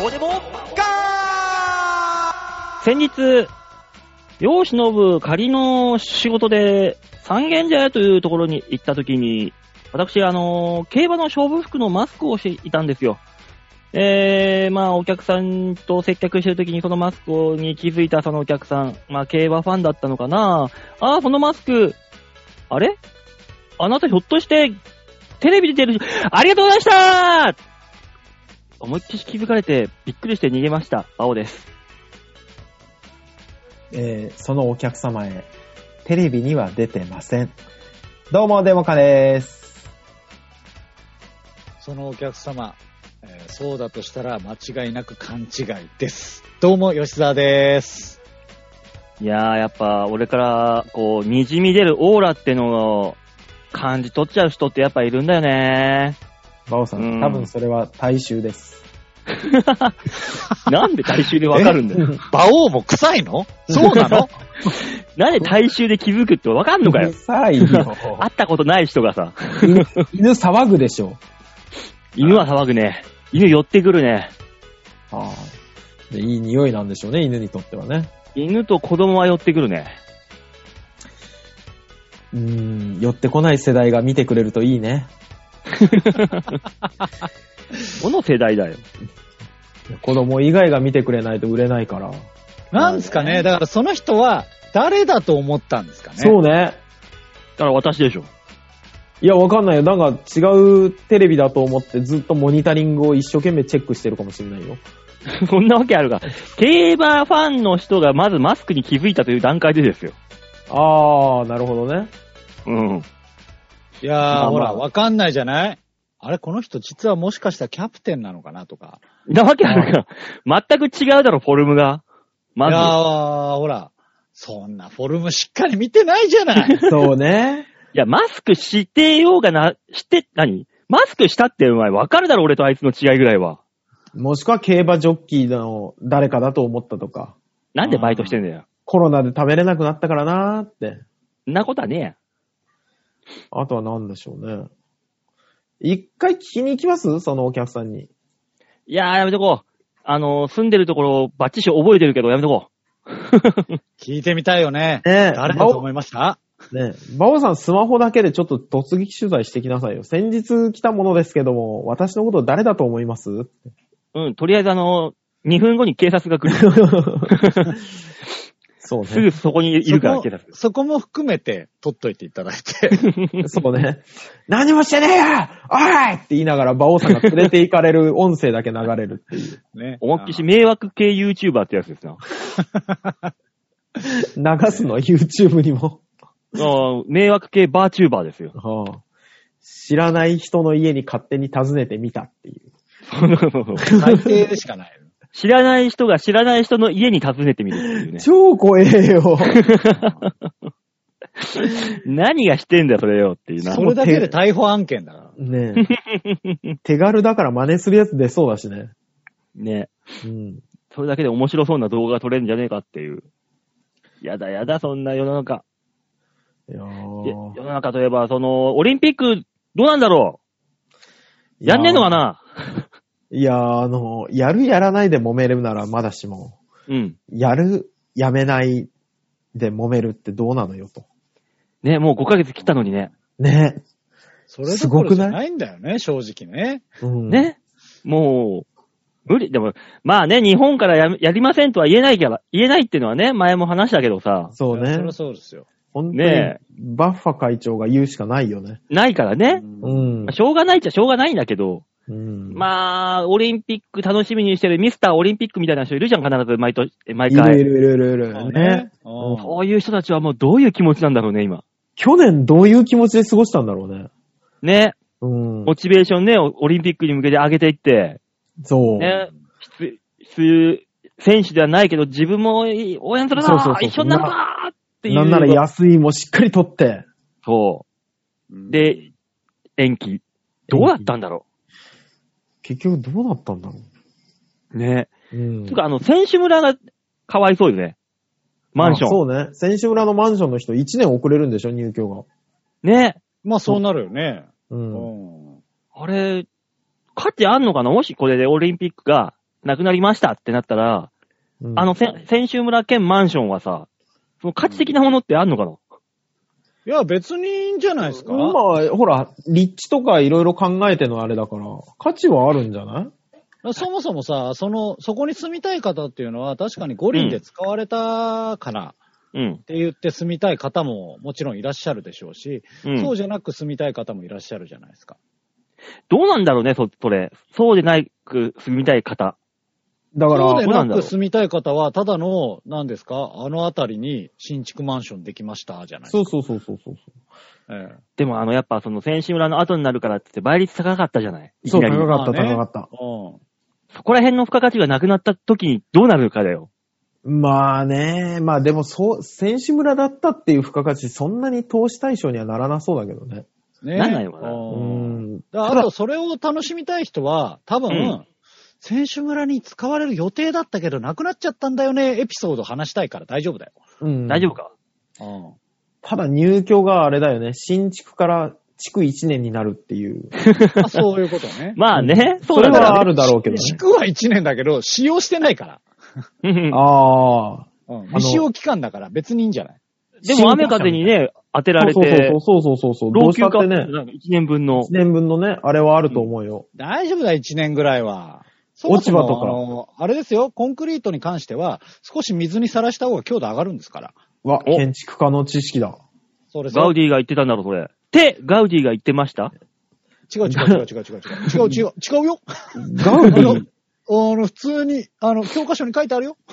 どうでもガー。 先日、世を忍ぶ仮の仕事で三軒茶屋というところに行った時に、私、競馬の勝負服のマスクをしていたんですよ。お客さんと接客してる時にそのマスクに気づいたそのお客さん、競馬ファンだったのかな。そのマスク、あれ？あなたひょっとして、テレビ出てる、ありがとうございました！思いっきり気づかれて、びっくりして逃げました。青です。 そのお客様へ、テレビには出てません。どうも、デモカです。 そのお客様、そうだとしたら間違いなく勘違いです。どうも、吉沢です。 いやー、やっぱ、俺から、滲み出るオーラってのを感じ取っちゃう人ってやっぱいるんだよね。 バオさん、多分それは大衆です。 なんで大衆でわかるんだよ。 馬王も臭いの？そうなの？ なんで大衆で気づくってわかんのかよ。 臭いよ。 会ったことない人がさ。 犬騒ぐでしょ。 犬は騒ぐね。犬寄ってくるね。 でいい匂いなんでしょうね、犬にとってはね。 犬と子供は寄ってくるね。 寄ってこない世代が見てくれるといいね。 どの世代だよ。 子供以外が見てくれないと売れないから。 なんですかね。だからその人は誰だと思ったんですかね。 そうね。 だから私でしょ。 いや、わかんないよ。なんか違うテレビだと思ってずっとモニタリングを一生懸命チェックしてるかもしれないよ。 そんなわけあるか。競馬ファンの人がまずマスクに気づいたという段階でですよ。 なるほどね。 いやー、ほら、わかんないじゃない？あれ、この人実はもしかしたらキャプテンなのかなとか。 なわけあるか。全く違うだろ、フォルムが。まず。 いやー、ほら、そんなフォルムしっかり見てないじゃない。 そうね。 いや、マスクしてようが何？マスクしたってお前わかるだろ、俺とあいつの違いぐらいは。 もしくは競馬ジョッキーの誰かだと思ったとか。 なんでバイトしてんだよ。 コロナで食べれなくなったからなーって。 んなことはねえや。 あとは何でしょうね。一回聞きに行きます？そのお客さんに。 いやー、やめとこう。住んでるところバッチシ覚えてるけど、やめとこう。 聞いてみたいよね。 誰だと思いました？ ねえ、バオさんスマホだけでちょっと突撃取材してきなさいよ。先日来たものですけども、私のこと誰だと思います？ とりあえず2分後に警察が来る。 そうね。 すぐそこにいるから、警察。 そこも含めて撮っといていただいて。 そうね。何もしてねえよおいって言いながらバオさんが連れて行かれる音声だけ流れるっていう。 ね。 思いっきし迷惑系 YouTuber ってやつですな。 流すの YouTube にも。 迷惑系バーチューバーですよ。 知らない人の家に勝手に訪ねてみたっていう。 最低でしかない。 知らない人が知らない人の家に訪ねてみるっていうね。 超怖えよ。 何がしてんだよ、それよっていうな。 それだけで逮捕案件だから。 ねえ。手軽だから真似するやつ出そうだしね。 ね。それだけで面白そうな動画が撮れるんじゃねえかっていう。やだ、そんな世の中。世の中といえば、オリンピック、どうなんだろう？やんねえのかな？ いや、やるやらないで揉めるならまだしも。やる、やめないで揉めるってどうなのよと。ね、 もう5ヶ月切ったのにね。 ね。 それどころじゃないんだよね、正直ね。 ね。もう、無理。でも、まあね、日本からやりませんとは言えないっていうのはね、前も話したけどさ。 そうね。 そりゃそうですよ。 本当に、バッファ会長が言うしかないよね。 ないからね。しょうがないっちゃしょうがないんだけど。まあ、オリンピック楽しみにしてるミスターオリンピックみたいな人いるじゃん、必ず毎回。 いる。ね。 そういう人たちはもうどういう気持ちなんだろうね、今。 去年どういう気持ちで過ごしたんだろうね。 ね。モチベーションね、オリンピックに向けて上げていって。 そう。 ね。選手ではないけど、自分も応援するな一緒になるなっていう。 なんなら安いもしっかり取って。 そう。で、延期。どうだったんだろう。 結局どうなったんだろう。ね。つうか、選手村がかわいそうよね。マンション。 そうね。選手村のマンションの人1年遅れるんでしょ、入居が。 ね。 まあそうなるよね。 あれ、価値あんのかな？もしこれでオリンピックがなくなりましたってなったら、 うん選手村兼マンションはさ、その価値的なものってあんのかな？ いや、別にいいんじゃないですか。 まあ、ほら、立地とかいろいろ考えてのあれだから、価値はあるんじゃない？ そもそもさ、そこに住みたい方っていうのは確かに五輪で使われたからって言って住みたい方ももちろんいらっしゃるでしょうし、そうじゃなく住みたい方もいらっしゃるじゃないですか。 どうなんだろうね、それ。そうでないく住みたい方。 だから、 そうでなく住みたい方は、ただの、何ですか、あの辺りに新築マンションできました、じゃないですか。 そう。 でもやっぱその選手村の後になるからって言って倍率高かったじゃない。 そう、 いきなり高かった。 そこら辺の付加価値がなくなった時にどうなるかだよ。 まあね、まあでも選手村だったっていう付加価値、そんなに投資対象にはならなそうだけどね。 なんないのかな。 あと、それを楽しみたい人は、多分、選手村に使われる予定だったけど、なくなっちゃったんだよね、エピソード話したいから大丈夫だよ。 大丈夫か。 ただ入居があれだよね、新築から築1年になるっていう。 そういうことね。 まあね、 それはあるだろうけどね。 築は1年だけど、使用してないから。未使用期間だから別にいいんじゃない？ でも雨風にね、当てられて。 そう。 老朽化ってね、1年分の。 1年分のね、あれはあると思うよ。 大丈夫だ、1年ぐらいは。 落ち葉とか。 あれですよ、コンクリートに関しては、少し水にさらした方が強度上がるんですから。 建築家の知識だ。 そうですガウディが言ってたんだろ、それ。ガウディが言ってました？ 違うよ。ガウディ普通に、教科書に書いてあるよ。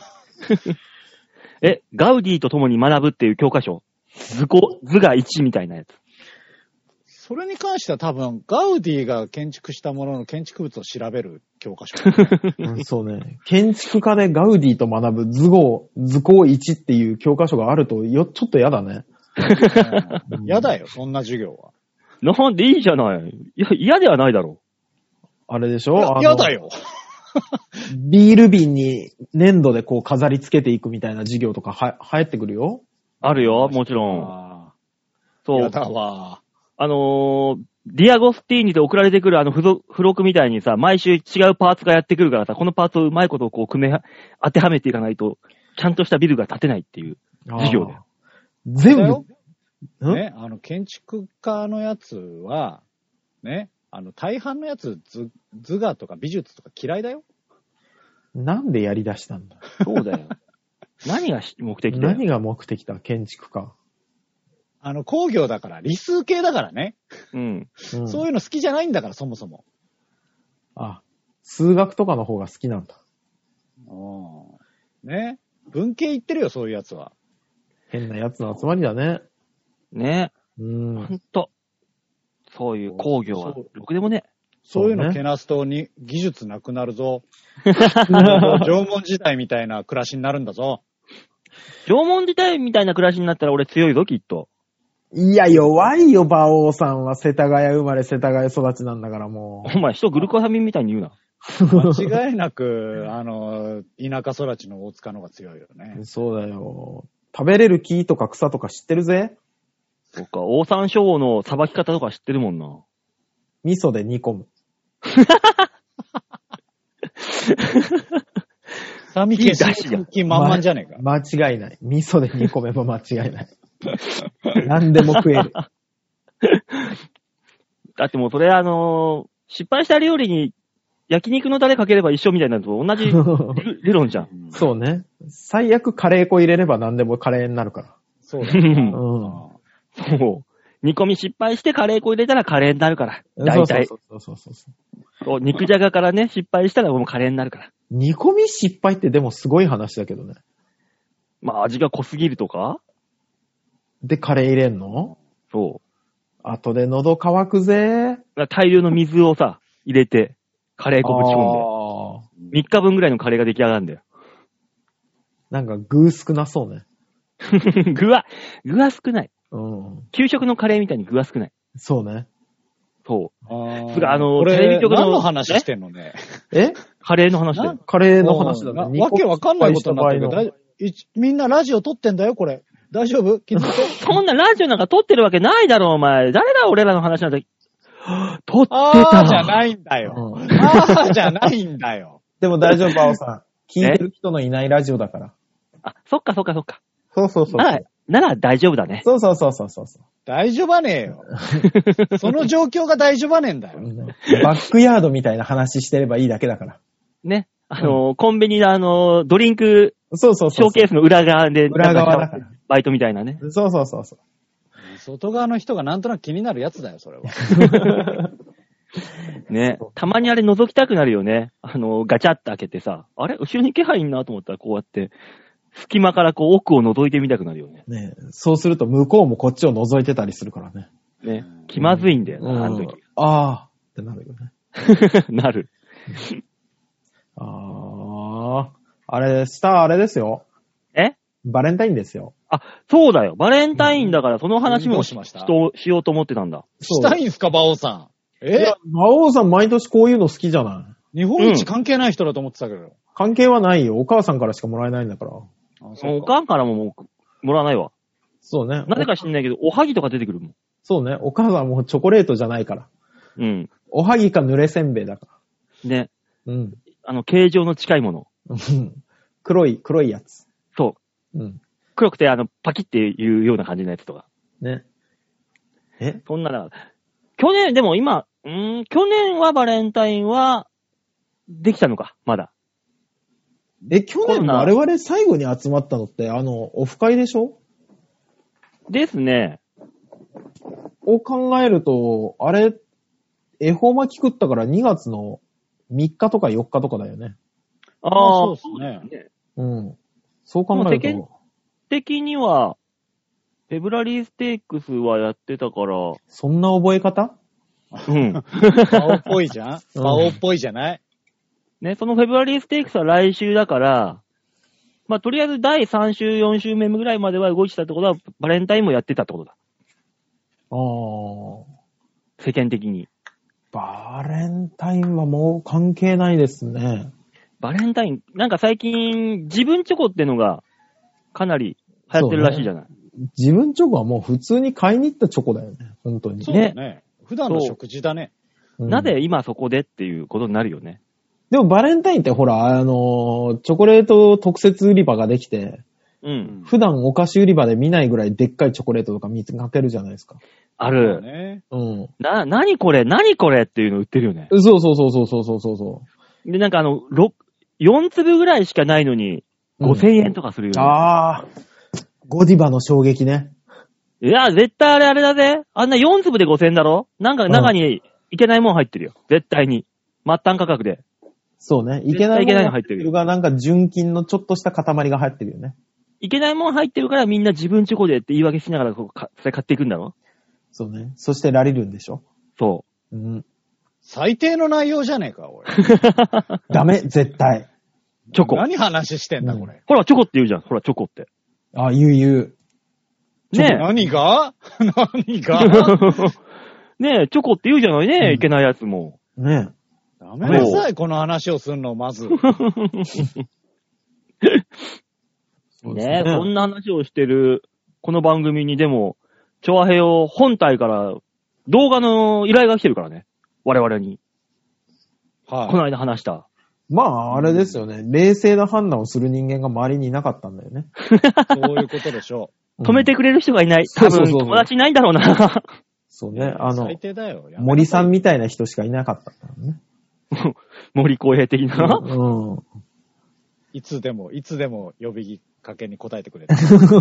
ガウディと共に学ぶっていう教科書？図が1みたいなやつ。 それに関しては多分、ガウディが建築したものの建築物を調べる教科書。 そうね。建築家でガウディと学ぶ図工1っていう教科書があるとちょっと嫌だね。 嫌だよ、そんな授業は。 なんでいいじゃない。いや、嫌ではないだろう。あれでしょ？ 嫌だよ。 ビール瓶に粘土でこう飾り付けていくみたいな授業とか入ってくるよ。 あるよ、もちろん。そう。 嫌だわ。 ディアゴスティーニで送られてくる付録みたいにさ、毎週違うパーツがやってくるからさ、このパーツをうまいことをこう当てはめていかないと、ちゃんとしたビルが建てないっていう授業だよ。 全部ね、建築家のやつは、ね、大半のやつ、図画とか美術とか嫌いだよ。 なんでやり出したんだ？ そうだよ。何が目的だよ。 何が目的だ、建築家。 工業だから、理数系だからね。 そういうの好きじゃないんだから、そもそも。 数学とかの方が好きなんだ。 ね。文系言ってるよ、そういうやつは。 変なやつの集まりだね。 ね。ほんと。そういう工業は、ろくでもね。 そういうのけなすと技術なくなるぞ。縄文時代みたいな暮らしになるんだぞ。 縄文時代みたいな暮らしになったら俺強いぞ、きっと。 いや、弱いよ、馬王さんは。世田谷生まれ、世田谷育ちなんだからもう。 お前、人グルコサミンみたいに言うな。 間違いなく、田舎育ちの大塚の方が強いよね。 そうだよ。食べれる木とか草とか知ってるぜ。 そっか、オオサンショウウオのさばき方とか知ってるもんな。 味噌で煮込む。 サミケン気満々じゃねえか。 間違いない。味噌で煮込めば間違いない。何でも食える。 だってもうそれ失敗した料理に焼肉のタレかければ一緒みたいなのと同じ理論じゃん。 そうね。最悪カレー粉入れれば何でもカレーになるから。 そうだね。 そう。煮込み失敗してカレー粉入れたらカレーになるから。大体。そう。肉じゃがからね、失敗したらもうカレーになるから。 煮込み失敗ってでもすごい話だけどね。 まあ味が濃すぎるとかで、カレー入れんの？ そう。 後で喉乾くぜ。 大量の水をさ、入れて、カレー粉ぶち込んで。3日分ぐらいのカレーが出来上がるんだよ。 なんか具少なそうね。 具は少ない。給食のカレーみたいに具は少ない。 そうね。 そう。 テレビ局の何の話してんのね。 カレーの話だよ。 カレーの話だね。 わけわかんないことになってるけど、みんなラジオ撮ってんだよ、これ。大丈夫？気づいて。 そんなラジオなんか撮ってるわけないだろ、お前。誰だ、俺らの話なんて。撮ってた。 じゃないんだよ。じゃないんだよ。 でも大丈夫、バオさん。聞いてる人のいないラジオだから。 あ、そっかそっかそっか。 そうそうそう。 なら大丈夫だね。 そうそうそうそうそう。 大丈夫はねえよ。その状況が大丈夫はねえんだよ。 バックヤードみたいな話してればいいだけだから。 ね。コンビニのドリンク、 そうそうそう。 ショーケースの裏側で、 裏側だから。 バイトみたいなね。 そうそうそうそう。 外側の人がなんとなく気になるやつだよ、それは。 ね。たまにあれ覗きたくなるよね。ガチャって開けてさ、あれ後ろに気配いんなと思ったらこうやって、隙間からこう奥を覗いてみたくなるよね。 ね。そうすると向こうもこっちを覗いてたりするからね。 ね。気まずいんだよな、あの時。 あーってなるよね。 なる。 あれ、あれですよ。 え？ バレンタインですよ。 あ、そうだよ。バレンタインだからその話もしようと思ってたんだ。 したいんすか、馬王さん。 いや、馬王さん毎年こういうの好きじゃない。 日本一関係ない人だと思ってたけど。 関係はないよ。お母さんからしかもらえないんだから。 お母さんからももらわないわ。 そうね。 なぜか知んないけど、おはぎとか出てくるもん。 そうね。お母さんもチョコレートじゃないから。 うん。 おはぎか濡れせんべいだから。 ね。 うん。 形状の近いもの。 黒いやつ。 そう。うん。黒くてパキっていうような感じのやつとか。 ね。 そんなの。去年、でも今、去年はバレンタインは、できたのか、まだ。 去年我々最後に集まったのって、オフ会でしょ？ ですね。 を考えると、あれ、恵方巻き食ったから2月の3日とか4日とかだよね。 ああ、そうですね。 うん。そう考えると。 世間的には、フェブラリーステークスはやってたから。 そんな覚え方？ うん。 バオっぽいじゃん？バオっぽいじゃない？ ね、そのフェブラリーステークスは来週だから、まあ、とりあえず第3週、4週目ぐらいまでは動いてたってことは、バレンタインもやってたってことだ。世間的に。 バレンタインはもう関係ないですね。 バレンタイン、なんか最近、自分チョコってのが、かなり流行ってるらしいじゃない。 自分チョコはもう普通に買いに行ったチョコだよね。本当に。 そうだね。普段の食事だね。 なぜ今そこでっていうことになるよね。 でもバレンタインってほら、チョコレート特設売り場ができて、 うん。 普段お菓子売り場で見ないぐらいでっかいチョコレートとか見かけるじゃないですか。 ある。 ね、 うん。 何これっていうの売ってるよね。 そう。 で、なんか4粒ぐらいしかないのに、5000円とかするよね。 ああ。ゴディバの衝撃ね。 いや、絶対あれだぜ。あんな4粒で5000円だろ？なんか中にいけないもん入ってるよ。絶対に。末端価格で。 そうね。いけないもん入ってるが、なんか純金のちょっとした塊が入ってるよね。 いけないもん入ってるからみんな自分チョコでって言い訳しながらそれ買っていくんだろ？ そうね。そしてラリルンでしょ？ そう。 うん。 最低の内容じゃねえか、俺。 ダメ、絶対。 チョコ。 何話してんだ、これ。 ほら、チョコって言うじゃん。ほら、チョコって。 あ、言う。 ねえ。 何がねえ、チョコって言うじゃないね、いけないやつも。 ねえ。ダメなさい、この話をすんの、まず。 ねえ、こんな話をしてる、この番組にでも、チョアヘヨ本体から動画の依頼が来てるからね。我々に。はい。この間話した。 まあ、あれですよね。冷静な判断をする人間が周りにいなかったんだよね。 そういうことでしょう。止めてくれる人がいない。多分、友達いないんだろうな。 そうね。 最低だよ。 森さんみたいな人しかいなかったんだろうね。 森公平的な。 うん。 いつでも呼びかけに答えてくれる。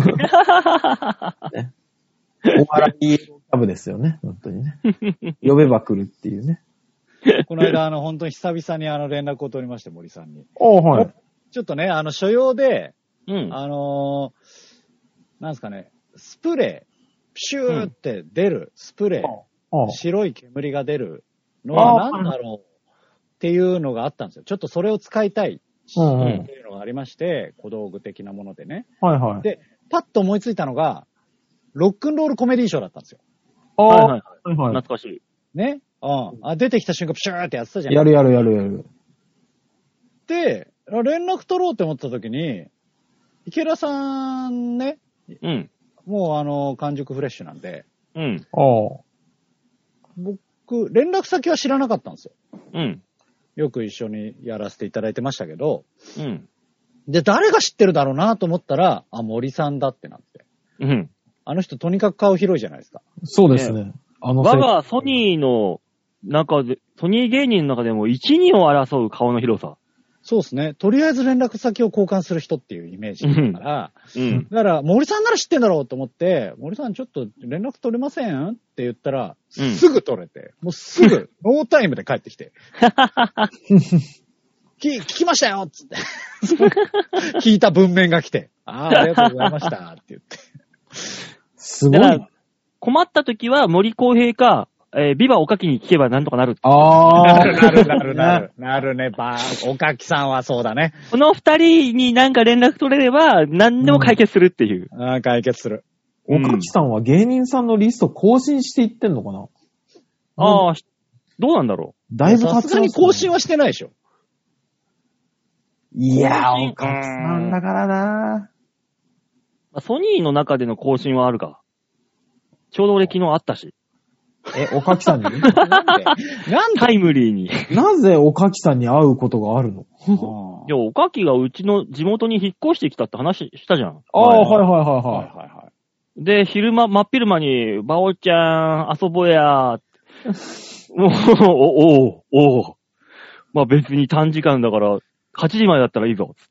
ね、お笑いクラブですよね。本当にね。呼べば来るっていうね。 この間、本当に久々に連絡を取りまして、森さんに。 はい。 ちょっとね、所用で、 うん、 なんですかね、スプレー、プシューって出るスプレー、白い煙が出るのは何だろうっていうのがあったんですよ。ちょっとそれを使いたいっていうのがありまして、小道具的なものでね。 はいはい。 で、パッと思いついたのが、ロックンロールコメディーショーだったんですよ。 はい。懐かしい。 ね。出てきた瞬間、プシューってやってたじゃん。 やる。 で、連絡取ろうって思った時に、池田さんね、 うん。 もう完熟フレッシュなんで、 うん。 僕、連絡先は知らなかったんですよ。 うん。 よく一緒にやらせていただいてましたけど、 うん。 で、誰が知ってるだろうなと思ったら、あ、森さんだってなって。 うん。 あの人とにかく顔広いじゃないですか。 そうですね。 我がソニーの中で、ソニー芸人の中でも1、2を争う顔の広さ。 そうですね。とりあえず連絡先を交換する人っていうイメージだから、 うん。 だから、森さんなら知ってんだろうと思って、森さんちょっと連絡取れませんって言ったら、すぐ取れて、もうすぐ、ノータイムで帰ってきて。聞きましたよっつって。聞いた文面が来て、ありがとうございましたって言って。 すごい。 困った時は森公平か、ビバおかきに聞けばなんとかなる。 なるね。おかきさんはそうだね。 この二人になんか連絡取れれば、何でも解決するっていう。 解決する。 おかきさんは芸人さんのリスト更新していってんのかな？ どうなんだろう。だいぶさすがに更新はしてないでしょ。 いやー、おかきさんだからな。 ソニーの中での更新はあるか。ちょうど俺昨日あったし。 おかきさんになんでタイムリーに。 なぜおかきさんに会うことがあるの？ いや、おかきがうちの地元に引っ越してきたって話したじゃん。 はい。 で、昼間、真っ昼間に、バオちゃん、遊ぼうやー。おう。まあ別に短時間だから、8時までだったらいいぞ。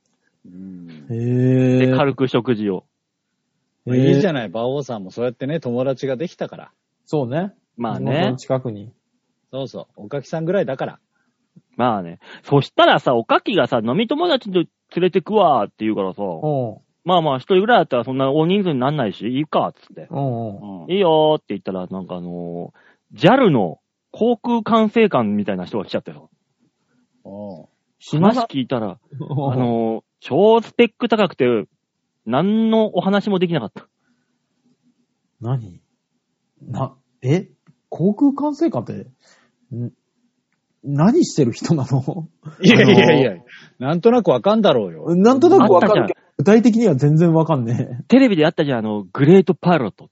で、軽く食事を。 いいじゃない、馬王さんもそうやってね、友達ができたから。 そうね。 まあね。 近くに。 そうそう。おかきさんぐらいだから。 まあね。そしたらさ、おかきがさ、飲み友達で連れてくわーって言うからさ。まあ一人ぐらいだったらそんな大人数になんないし、いいか、つって。いいよーって言ったら、なんかJAL の航空管制官みたいな人が来ちゃってさ。話聞いたら、超スペック高くて、何のお話もできなかった。 何？航空管制官って、何してる人なの？ いや、なんとなくわかんだろうよ。 なんとなくわかるけど、具体的には全然わかんねえ。 テレビでやったじゃん、グレートパイロットって。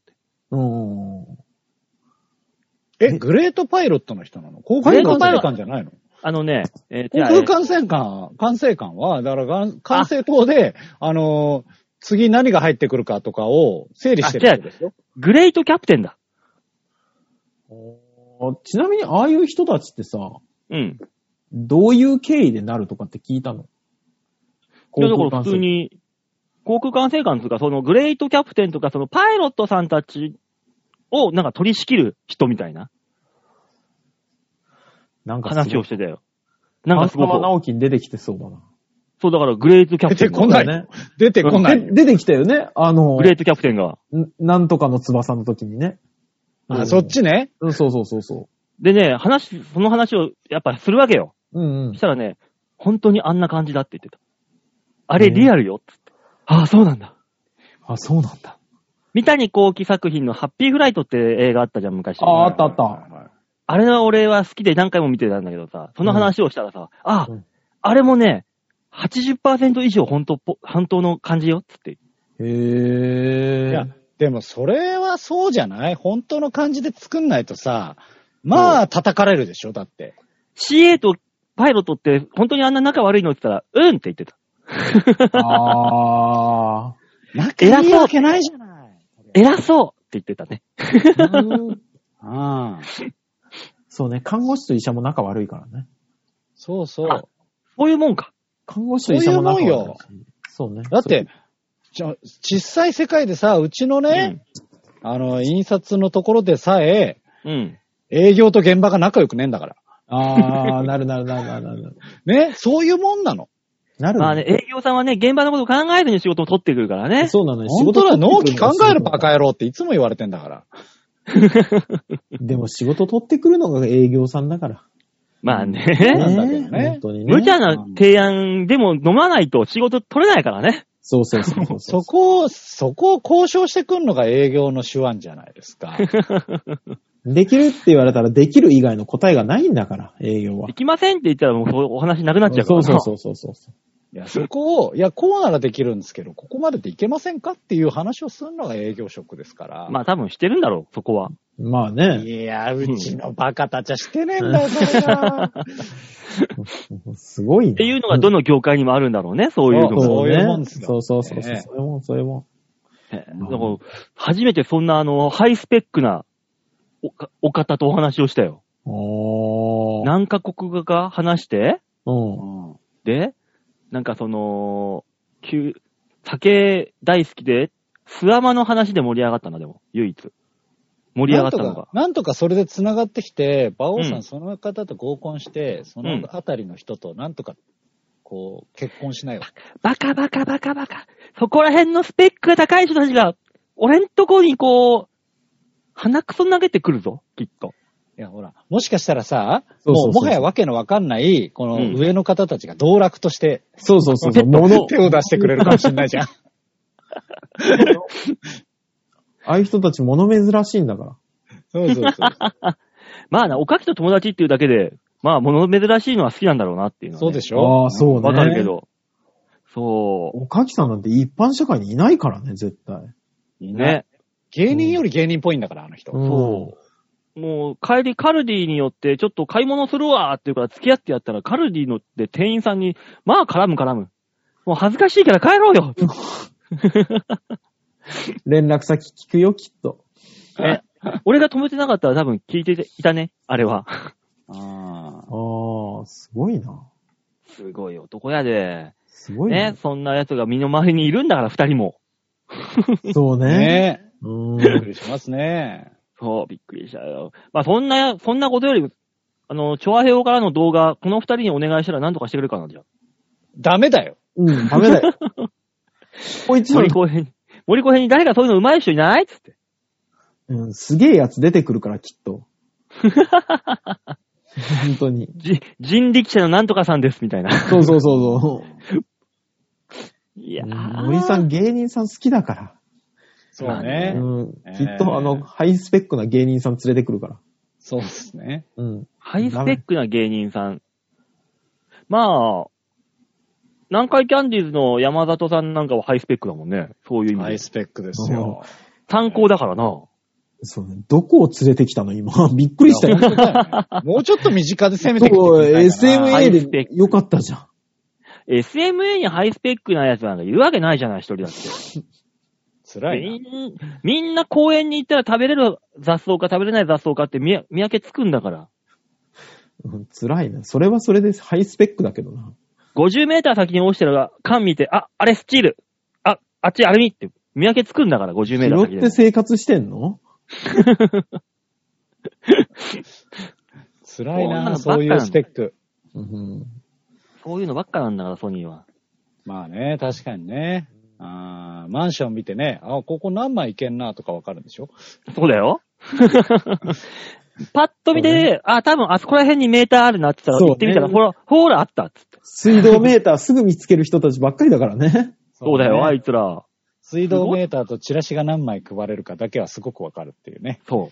グレートパイロットの人なの？航空管制官じゃないの？ 航空管制官は、だから管制塔で、次何が入ってくるかとかを整理してる人ですよ。 グレートキャプテンだ。 ちなみに、ああいう人たちってさ、どういう経緯でなるとかって聞いたの？ いや、だから普通に、航空管制官とか、そのグレートキャプテンとか、そのパイロットさんたちをなんか取り仕切る人みたいな。なんか話をしてたよ。なんかすごく。 直樹に出てきてそうだな。 そう、だからグレートキャプテン。 出てこないね。出てこない。 出てきたよね。 グレートキャプテンが。 なんとかの翼の時にね。 そっちね。 そう。 でね、その話をやっぱするわけよ。したらね、本当にあんな感じだって言ってた。あれリアルよって言って。そうなんだ。 そうなんだ。 三谷幸喜作品のハッピーフライトって映画あったじゃん、昔。 あった。 あれは俺は好きで何回も見てたんだけどさ、その話をしたらさ、あれもね、80% 以上本当の感じよ、つって。 いや、でもそれはそうじゃない？本当の感じで作んないとさ、まあ叩かれるでしょ、だって。 CA とパイロットって本当にあんな仲悪いのって言ったら、って言ってた。 仲いいわけないじゃない。 偉そうって言ってたね。 そうね、看護師と医者も仲悪いからね。 そう。 そういうもんか。 看護師と医者も仲悪い。そういうもんよ。そうね。 だって、実際世界でさ、うちのね、印刷のところでさえ、営業と現場が仲良くねえんだから。 なる。 ね、そういうもんなの。 なる。 まあね、営業さんはね、現場のことを考えずに仕事を取ってくるからね。 そうなのよ。 仕事は納期考えるバカ野郎っていつも言われてんだから。 でも仕事取ってくるのが営業さんだから。 まあね。 なんだけどね。 本当にね。 無茶な提案でも飲まないと仕事取れないからね。 そう。 そこを交渉してくるのが営業の手腕じゃないですか。 できるって言われたらできる以外の答えがないんだから、営業は。 できませんって言ったらもうお話なくなっちゃうから。 そう。 いや、そこを、こうならできるんですけど、ここまででいけませんかっていう話をするのが営業職ですから。 まあ多分してるんだろう、そこは。 まあね。 いや、うちのバカたちはしてねえんだよ、それが。 すごいね。 っていうのがどの業界にもあるんだろうね、そういうのも。 そういうもんですよ。 そうそうそう。そういうもん。 だから初めてそんなハイスペックなお方とお話をしたよ。何カ国語か話して、で、なんか酒大好きで、スワマの話で盛り上がったな、でも、唯一。盛り上がったのが。 なんとかそれで繋がってきて、馬王さんその方と合コンして、そのあたりの人となんとか、結婚しないわ。 バカ。そこら辺のスペックが高い人たちが、俺んとこに鼻くそ投げてくるぞ、きっと。 いや、ほら、もしかしたらさ、もはやわけのわかんない、この上の方たちが道楽として、 手を出してくれるかもしれないじゃん。 ああいう人たち物珍しいんだから。 そう。 まあな、おかきと友達っていうだけで、まあ物珍しいのは好きなんだろうなっていうのは、ね。 そうでしょ？ ああ、そうね。 わかるけど。そう。 おかきさんなんて一般社会にいないからね、絶対。 ね。 芸人より芸人っぽいんだから、あの人。 そう。もう、帰りカルディによってちょっと買い物するわーって言うから付き合ってやったらカルディので店員さんに、まあ絡む。もう恥ずかしいから帰ろうよ。 連絡先聞くよ、きっと。 俺が止めてなかったら多分聞いていたね、あれは。 すごいな。 すごい男やで。 すごいね。 そんな奴が身の回りにいるんだから、二人も。 そうね。 びっくりしますね。 そう、びっくりしたよ。まあ、そんなことより、チョアヘオからの動画、この二人にお願いしたら何とかしてくれるかな、じゃあ。 ダメだよ。 ダメだよ。 森公園に誰かそういうの上手い人いないっつって。 すげえやつ出てくるから、きっと。本当に。 人力車のなんとかさんです、みたいな。 そう。 いや森さん芸人さん好きだから。 そうね。 きっとハイスペックな芸人さん連れてくるから。 そうですね。 ハイスペックな芸人さん。まあ、南海キャンディーズの山里さんなんかはハイスペックだもんね。そういう意味で。 ハイスペックですよ。 参考だからな。 そうね。どこを連れてきたの今。びっくりしたよ。 もうちょっと身近で攻めてきてそう、SMA でよかったじゃん。 SMA にハイスペックなやつなんかいるわけないじゃない、一人だって。 辛いな。 みんな公園に行ったら食べれる雑草か食べれない雑草かって見分けつくんだから。 辛いな。それはそれでハイスペックだけどな。 50メーター先に落ちてる缶見て、あれスチール。あっちアルミって見分けつくんだから、50メーター先で。 拾って生活してんの辛いな、そういうスペック。 そういうのばっかなんだから、ソニーは。 まあね、確かにね。マンション見てね、ここ何枚いけんなとかわかるんでしょ？ そうだよ。パッと見て、多分あそこら辺にメーターあるなって言ったら、行ってみたら、ほらあったっつって。 水道メーターすぐ見つける人たちばっかりだからね。 そうだよ、あいつら。 水道メーターとチラシが何枚配れるかだけはすごくわかるっていうね。 そう。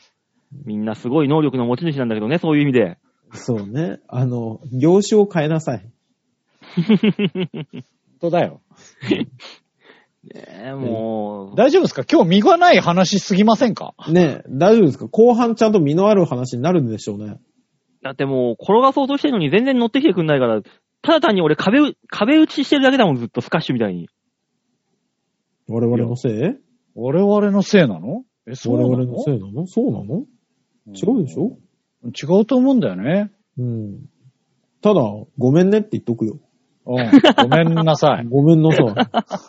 みんなすごい能力の持ち主なんだけどね、そういう意味で。 そうね。業種を変えなさい。 本当だよ。 ねえ、もう。 大丈夫ですか？今日身がない話すぎませんか？ ねえ、大丈夫ですか？後半ちゃんと身のある話になるんでしょうね。 だってもう、転がそうとしてるのに全然乗ってきてくんないから、ただ単に俺壁打ちしてるだけだもん、ずっとスカッシュみたいに。 我々のせい？ 我々のせいなの？ そうなの？我々のせいなの？そうなの？違うでしょ？ 違うと思うんだよね。 ただ、ごめんねって言っとくよ。 ごめんなさい。 ごめんなさい。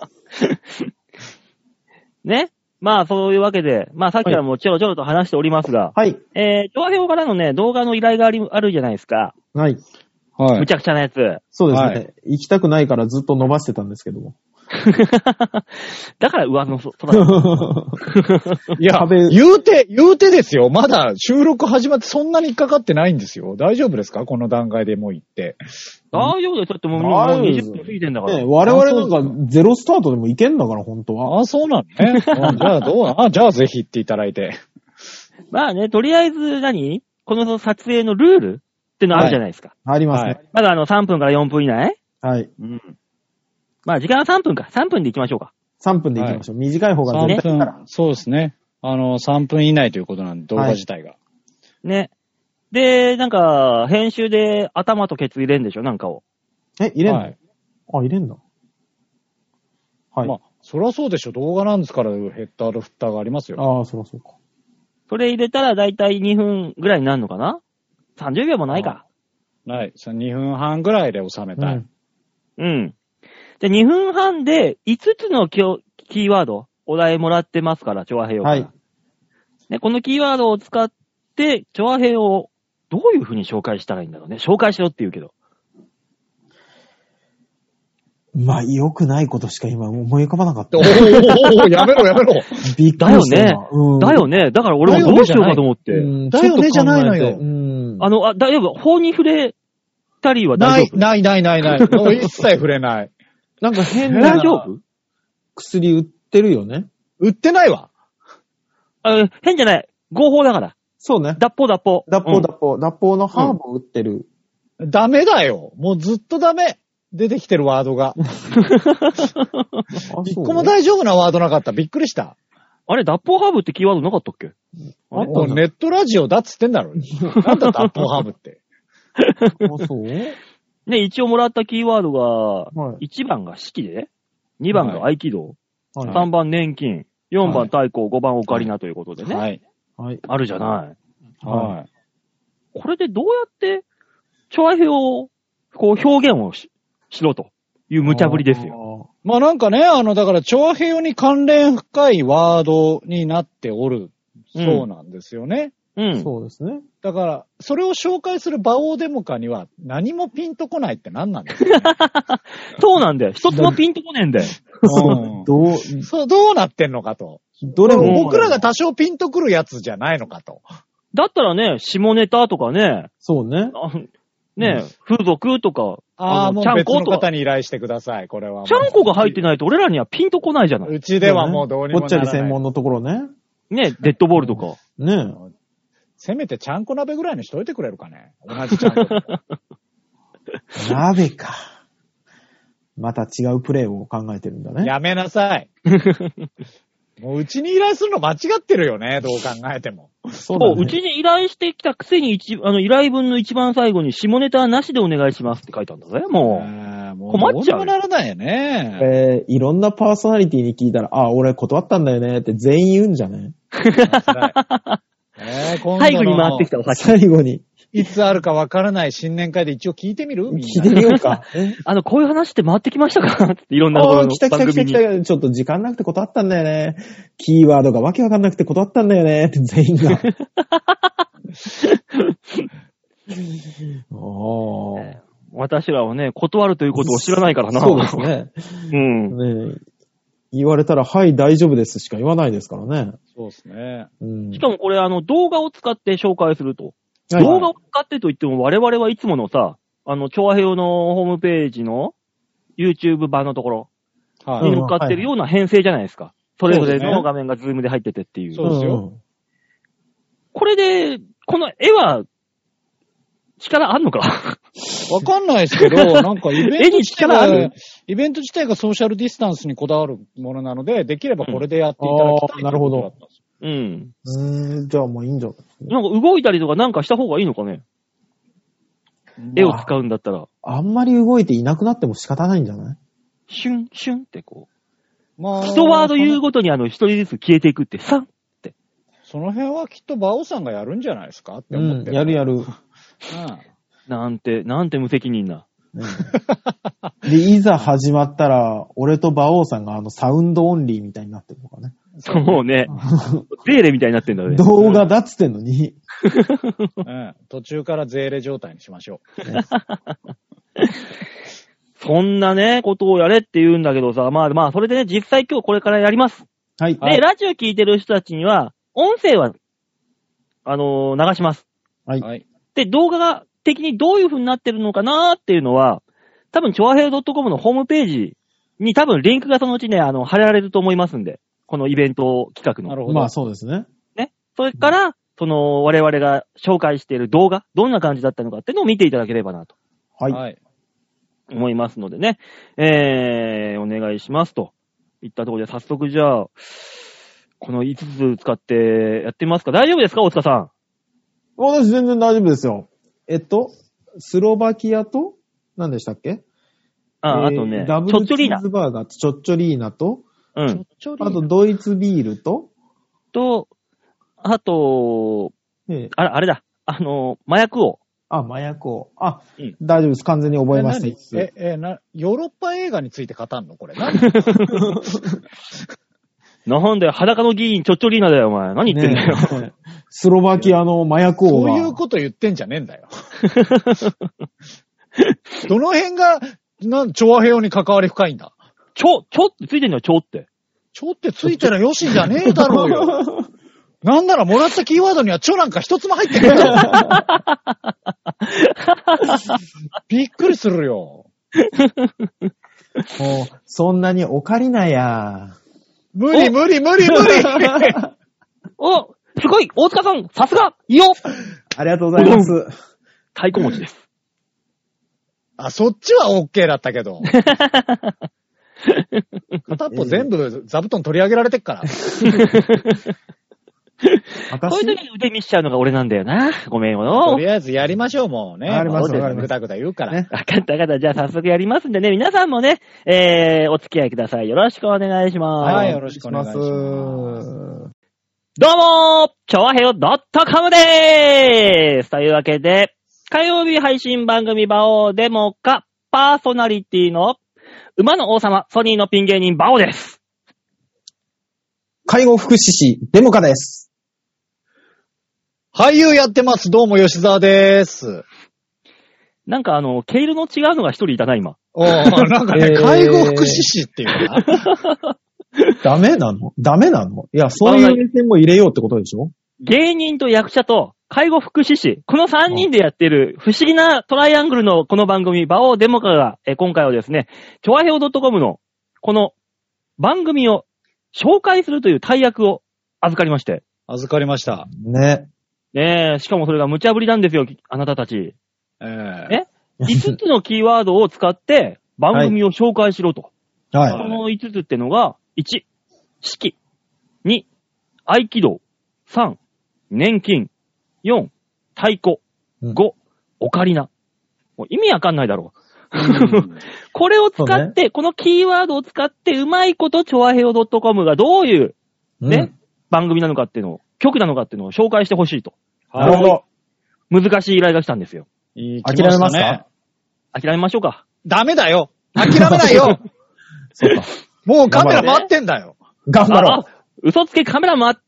ね。まあ、そういうわけで、まあ、さっきからもうちょろちょろと話しておりますが、 はい。 調和表からのね、動画の依頼があるじゃないですか。 はい。 はい。 むちゃくちゃなやつ。 そうですね。行きたくないからずっと伸ばしてたんですけども。 だから上の空いや、言うてですよ。まだ収録始まってそんなに引っかかってないんですよ。大丈夫ですか？この段階でもう行って。 大丈夫です。だってもう20分過ぎてんだから。 ね、我々なんかゼロスタートでも行けんだから、本当は。 そうなのね。じゃあぜひ行っていただいて。 まあね、とりあえずこの撮影のルールってのあるじゃないですか。 ありますね。 まだ3分から4分以内？ はい。 まあ時間は3分か。3分で行きましょうか。 3分で行きましょう。短い方が絶対いいから。 そうですね。 3分以内ということなんで、動画自体が。はい、 ね。で、なんか、編集で頭とケツ入れんでしょ、なんかを。 入れんの？はい、あ、入れんだ。 はい。まあ、そりゃそうでしょ。動画なんですから、ヘッダーとフッターがありますよ。 ああ、そりゃそうか。 それ入れたらだいたい2分ぐらいになるのかな？ 30 秒もないか。 はい。2分半ぐらいで収めたい。 うん。で、2分半で5つのキーワード、お題もらってますから、チョアヘヨから。はい。で、このキーワードを使って、チョアヘヨをどういう風に紹介したらいいんだろうね。紹介しろって言うけど。 まあ、良くないことしか今思い浮かばなかった。 やめろやめろ。 びっくりした。 だよね。だから俺もどうしようかと思って。 だよねじゃないのよ。 大丈夫。法に触れたりは大丈夫？ ない。一切触れない。 なんか変な薬売ってるよね。 売ってないわ。 変じゃない。合法だから。 そうね。 脱法。脱法のハーブ売ってる。 ダメだよ。もうずっとダメ。出てきてるワードが。一個も大丈夫なワードなかった。びっくりした。 あれ、脱法ハーブってキーワードなかったっけ？ もうネットラジオだっつってんだろ。なんだ脱法ハーブって。 そうね、一応もらったキーワードが、1番が式で、2番が合気道、3番年金、4番太鼓、5番オカリナということでね。はい。あるじゃない。はい。これでどうやって、チョアヘを、こう表現をしろという無茶ぶりですよ。 まあなんかね、だから、チョアヘヨに関連深いワードになっておる、そうなんですよね。 そうですね。 だから、それを紹介するバオデモカには何もピンとこないって何なんですか、ね、 そうなんだよ。一つもピンとこねえんだよ。 どうなってんのかと。どれも僕らが多少ピンとくるやつじゃないのかと。 だったらね、下ネタとかね。 そうね。 ね、風俗とか。 もう別の方に依頼してください、これは。 ちゃんこが入ってないと俺らにはピンとこないじゃない。 うちではもうどうにもならない。 ぽっちゃり専門のところね。 ね、デッドボールとか。 ねせめてちゃんこ鍋ぐらいにしといてくれるかね。同じちゃんこ。 鍋か。また違うプレイを考えてるんだね。 やめなさい。もううちに依頼するの間違ってるよね、どう考えても。 そう、うちに依頼してきたくせに依頼文の一番最後に下ネタはなしでお願いしますって書いたんだぜ、もう。困っちゃう。 どうにもならないよね。 いろんなパーソナリティに聞いたら、俺断ったんだよねって全員言うんじゃね最後に回ってきたお酒。 最後に。 いつあるかわからない新年会で一応聞いてみる？ 聞いてみようか。 こういう話って回ってきましたかっていろんなところの番組に。 来た。ちょっと時間なくて断ったんだよね。キーワードがわけわかんなくて断ったんだよね。って全員が。 私らはね、断るということを知らないからな。 そうですね。ね言われたら、はい、大丈夫ですしか言わないですからね。 そうですね。 しかもこれ、動画を使って紹介すると。動画を使ってと言っても、我々はいつものさ、チョアヘヨのホームページの YouTube 版のところに乗っかってるような編成じゃないですか。それぞれの画面がズームで入っててっていう。 そうですよ。 これで、この絵は、力あんのかわかんないですけど、なんかイベント自体がソーシャルディスタンスにこだわるものなので、できればこれでやっていただきたい。 なるほど。 じゃあもういいんじゃないですか。 なんか動いたりとかなんかした方がいいのかね、絵を使うんだったら。 あんまり動いていなくなっても仕方ないんじゃない？ シュン、シュンってこう。一ワード言うごとに一人ずつ消えていくって、サンって。 その辺はきっとバオさんがやるんじゃないですかって思ってる。 やる。 なんて無責任な。 で、いざ始まったら、俺と馬王さんがサウンドオンリーみたいになってるのかね。 そうね。ゼーレみたいになってんだね。 動画だっつってんのに。 途中からゼーレ状態にしましょう。 そんなね、ことをやれって言うんだけどさ、まあ、それでね、実際今日これからやります。 はい。 で、ラジオ聞いてる人たちには、音声は、流します。 はい。 で、動画が的にどういう風になってるのかなーっていうのは、多分、チョアヘイ .com のホームページに多分リンクがそのうちね、貼られると思いますんで、このイベント企画の。 なるほど。まあそうですね。 ね。それから、我々が紹介している動画、どんな感じだったのかっていうのを見ていただければなと。 はい。 思いますのでね。お願いしますと。いったところで早速じゃあ、 この5つ使ってやってみますか？大丈夫ですか、大塚さん。 私全然大丈夫ですよ。スロバキアと、何でしたっけ？ あとね、 ダブルチーズバーガーとチョッチョリーナと、 うん。 あとドイツビールと、 あと、あれだ。麻薬王。 麻薬王。大丈夫です。完全に覚えました。 ヨーロッパ映画について語んのこれ。 なんだよ、裸の議員、チョッチョリーナだよ、お前。何言ってんだよ。 スロバキアの麻薬王が。 そういうこと言ってんじゃねえんだよ。どの辺が、調和平和に関わり深いんだ。 ちょってついてんのよ、ちょって。 ちょってついてるよしじゃねえだろうよ。なんならもらったキーワードにはちょなんか一つも入ってないよ。びっくりするよ。 もう、そんなにお借りなや。 無理。 お、すごい大塚さん、さすがいいよ。 ありがとうございます。 太鼓持ちです。 そっちは OK だったけど。片っぽ全部座布団取り上げられてっから。 こういう時に腕見しちゃうのが俺なんだよな。ごめんよ。 とりあえずやりましょう、もうね。 やります。 ぐだぐだ言うから。 わかった。じゃあ早速やりますんでね。皆さんもね、お付き合いください。よろしくお願いします。 はい、よろしくお願いします。 どうもチョアヘオ .com でーす。というわけで、火曜日配信番組バオデモカパーソナリティの馬の王様、ソニーのピン芸人バオです。 介護福祉士、デモカです。 俳優やってます。どうも吉沢です。 なんか毛色の違うのが一人いたな、今。 なんかね、介護福祉士っていうかな。 ダメなのいや、そういう目線も入れようってことでしょ？ 芸人と役者と介護福祉士、この3人でやってる不思議なトライアングルのこの番組、バオデモカが、今回はですね、チョアヘオ .com のこの番組を紹介するという大役を預かりまして。 預かりました。 ねえ、しかもそれが無茶ぶりなんですよ、あなたたち。5つのキーワードを使って番組を紹介しろと。 はい。 この5つってのが、1、式。2、合気道。3、年金。4、太鼓。5、オカリナ。もう意味わかんないだろう。これを使って、このキーワードを使って、うまいことチョアヘオ .com がどういう、番組なのかっていうのを、局なのかっていうのを紹介してほしいと。 なるほど。 難しい依頼が来たんですよ。 諦めますか？ 諦めましょうか。 ダメだよ。諦めないよ。 そうか。 もうカメラ回ってんだよ。 頑張ろう。嘘つけカメラ回って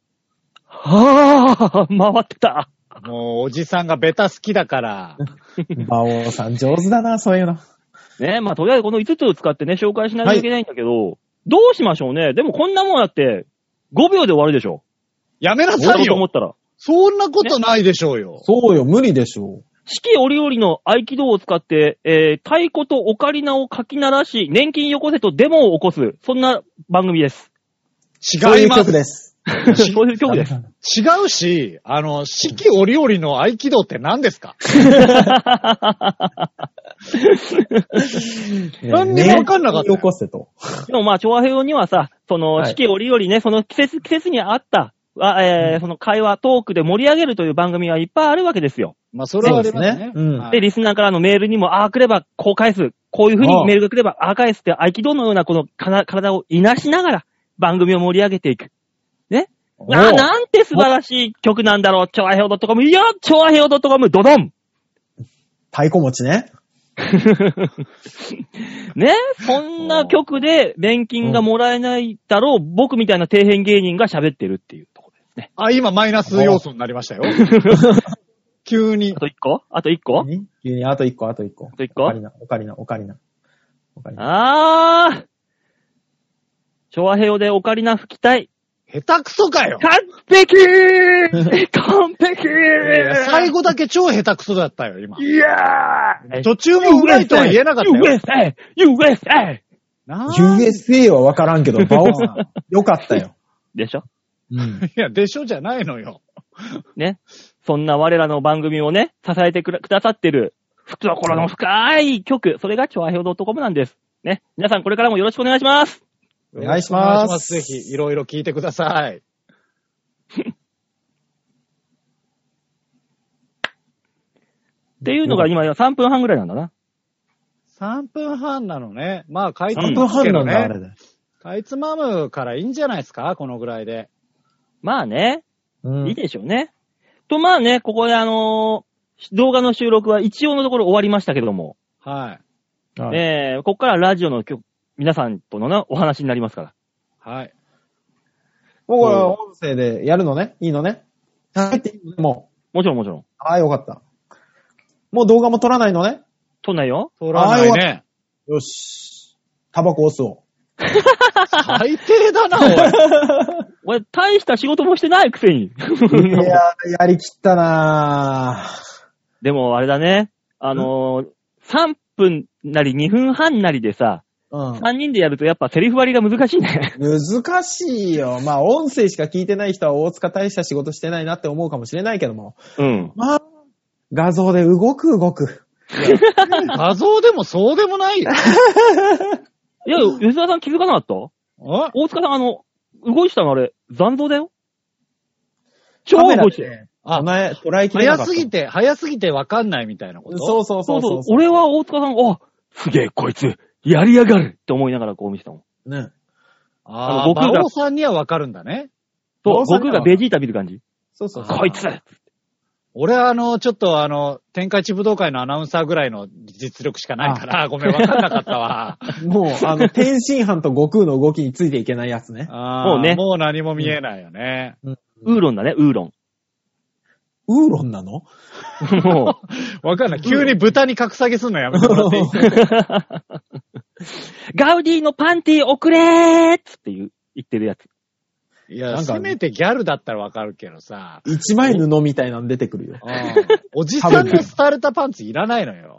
た。 もうおじさんがベタ好きだから。 馬王さん上手だな、そういうの。 ね、とりあえずこの5つを使ってね、紹介しないといけないんだけど、どうしましょうね。でもこんなもんだって5秒で終わるでしょ。 やめなさいよ。 思ったら。 そんなことないでしょうよ。 そうよ、無理でしょう。 四季折々の合気道を使って、太鼓とオカリナをかき鳴らし、年金よこせとデモを起こす、そんな番組です。 違います。そういう曲です。 そういう曲です。 違うし、四季折々の合気道って何ですか？何にもわかんなかった。 よこせと。 でもチョアヘオにはさ、その四季折々ね、その季節に合った、その会話、トークで盛り上げるという番組はいっぱいあるわけですよ。 それはありますね。 で、リスナーからのメールにも、来ればこう返す。こういう風にメールが来れば、返すって合気道のようなこの体をいなしながら番組を盛り上げていく。ね。なんて素晴らしい曲なんだろう。チョアヘオ .com。いや、チョアヘオ .com、ドドン。 太鼓持ちね。 ね、そんな曲で年金がもらえないだろう、僕みたいな底辺芸人が喋ってるっていうところですね。 今マイナス要素になりましたよ。急に。 あと1個急にあと1個。オカリナ。 チョアヘオでオカリナ吹きたい。 下手くそかよ。 完璧最後だけ超下手くそだったよ、今。 いやー途中もうまいとは言えなかったよ。 USA はわからんけど、バオさん、よかったよ。 でしょ？ いや、でしょじゃないのよ。 ね。そんな我らの番組をね、支えてくださってる、懐の深い曲、それがチョアヘオ .com なんです。ね。皆さんこれからもよろしくお願いします。 お願いします。 ぜひ、いろいろ聞いてください。 っていうのが今3分半ぐらいなんだな。 3分半なのね。まあ、かいつま 3分半なんだ、あむれで。 かいつまむからいいんじゃないですか、このぐらいで。 まあね。 うんいいでしょうね。と、まあね、ここで動画の収録は一応のところ終わりましたけども。 はい。 ここからラジオの皆さんとのね、お話になりますから。 はい。 もうこれ音声でやるのねいいのねはいっていいのねももちろんもちろん。 ああ、よかった。もう動画も撮らないのね撮んないよ。 撮らないね。 よし。タバコ押すを。 最低だな、おい。 俺、大した仕事もしてないくせに。 いやー、やりきったなー。 でも、あれだね。3分なり2分半なりでさ、3人でやるとやっぱセリフ割りが難しいね。 難しいよ。まあ、音声しか聞いてない人は大塚大した仕事してないなって思うかもしれないけども。 うん。 まあ、画像で動く。 画像でもそうでもないよ。 いや、吉田さん気づかなかった？大塚さん動いてたのあれ、残像だよ。超動いてる。 捉えきれなかった。 早すぎてわかんないみたいなこと？ そう。 俺は大塚さん、すげえ、こいつ、やりやがるって思いながらこう見てたもん。 ね。 馬王さんにはわかるんだね。 そう、悟空がベジータ見る感じ。 そう。 こいつ俺はちょっと天下一武道会のアナウンサーぐらいの実力しかないから、ごめん、わかんなかったわ。 もう、天津飯と悟空の動きについていけないやつね。 もうね。 もう何も見えないよね。 ウーロンだね、ウーロン。 ウーロンなの？ もう、わかんない。急に豚に格下げすんのやめてもらっていい？ ガウディのパンティ送れーって言ってるやつ。 いや、せめてギャルだったらわかるけどさ。 一枚布みたいなの出てくるよ。 おじさんの廃れたパンツいらないのよ。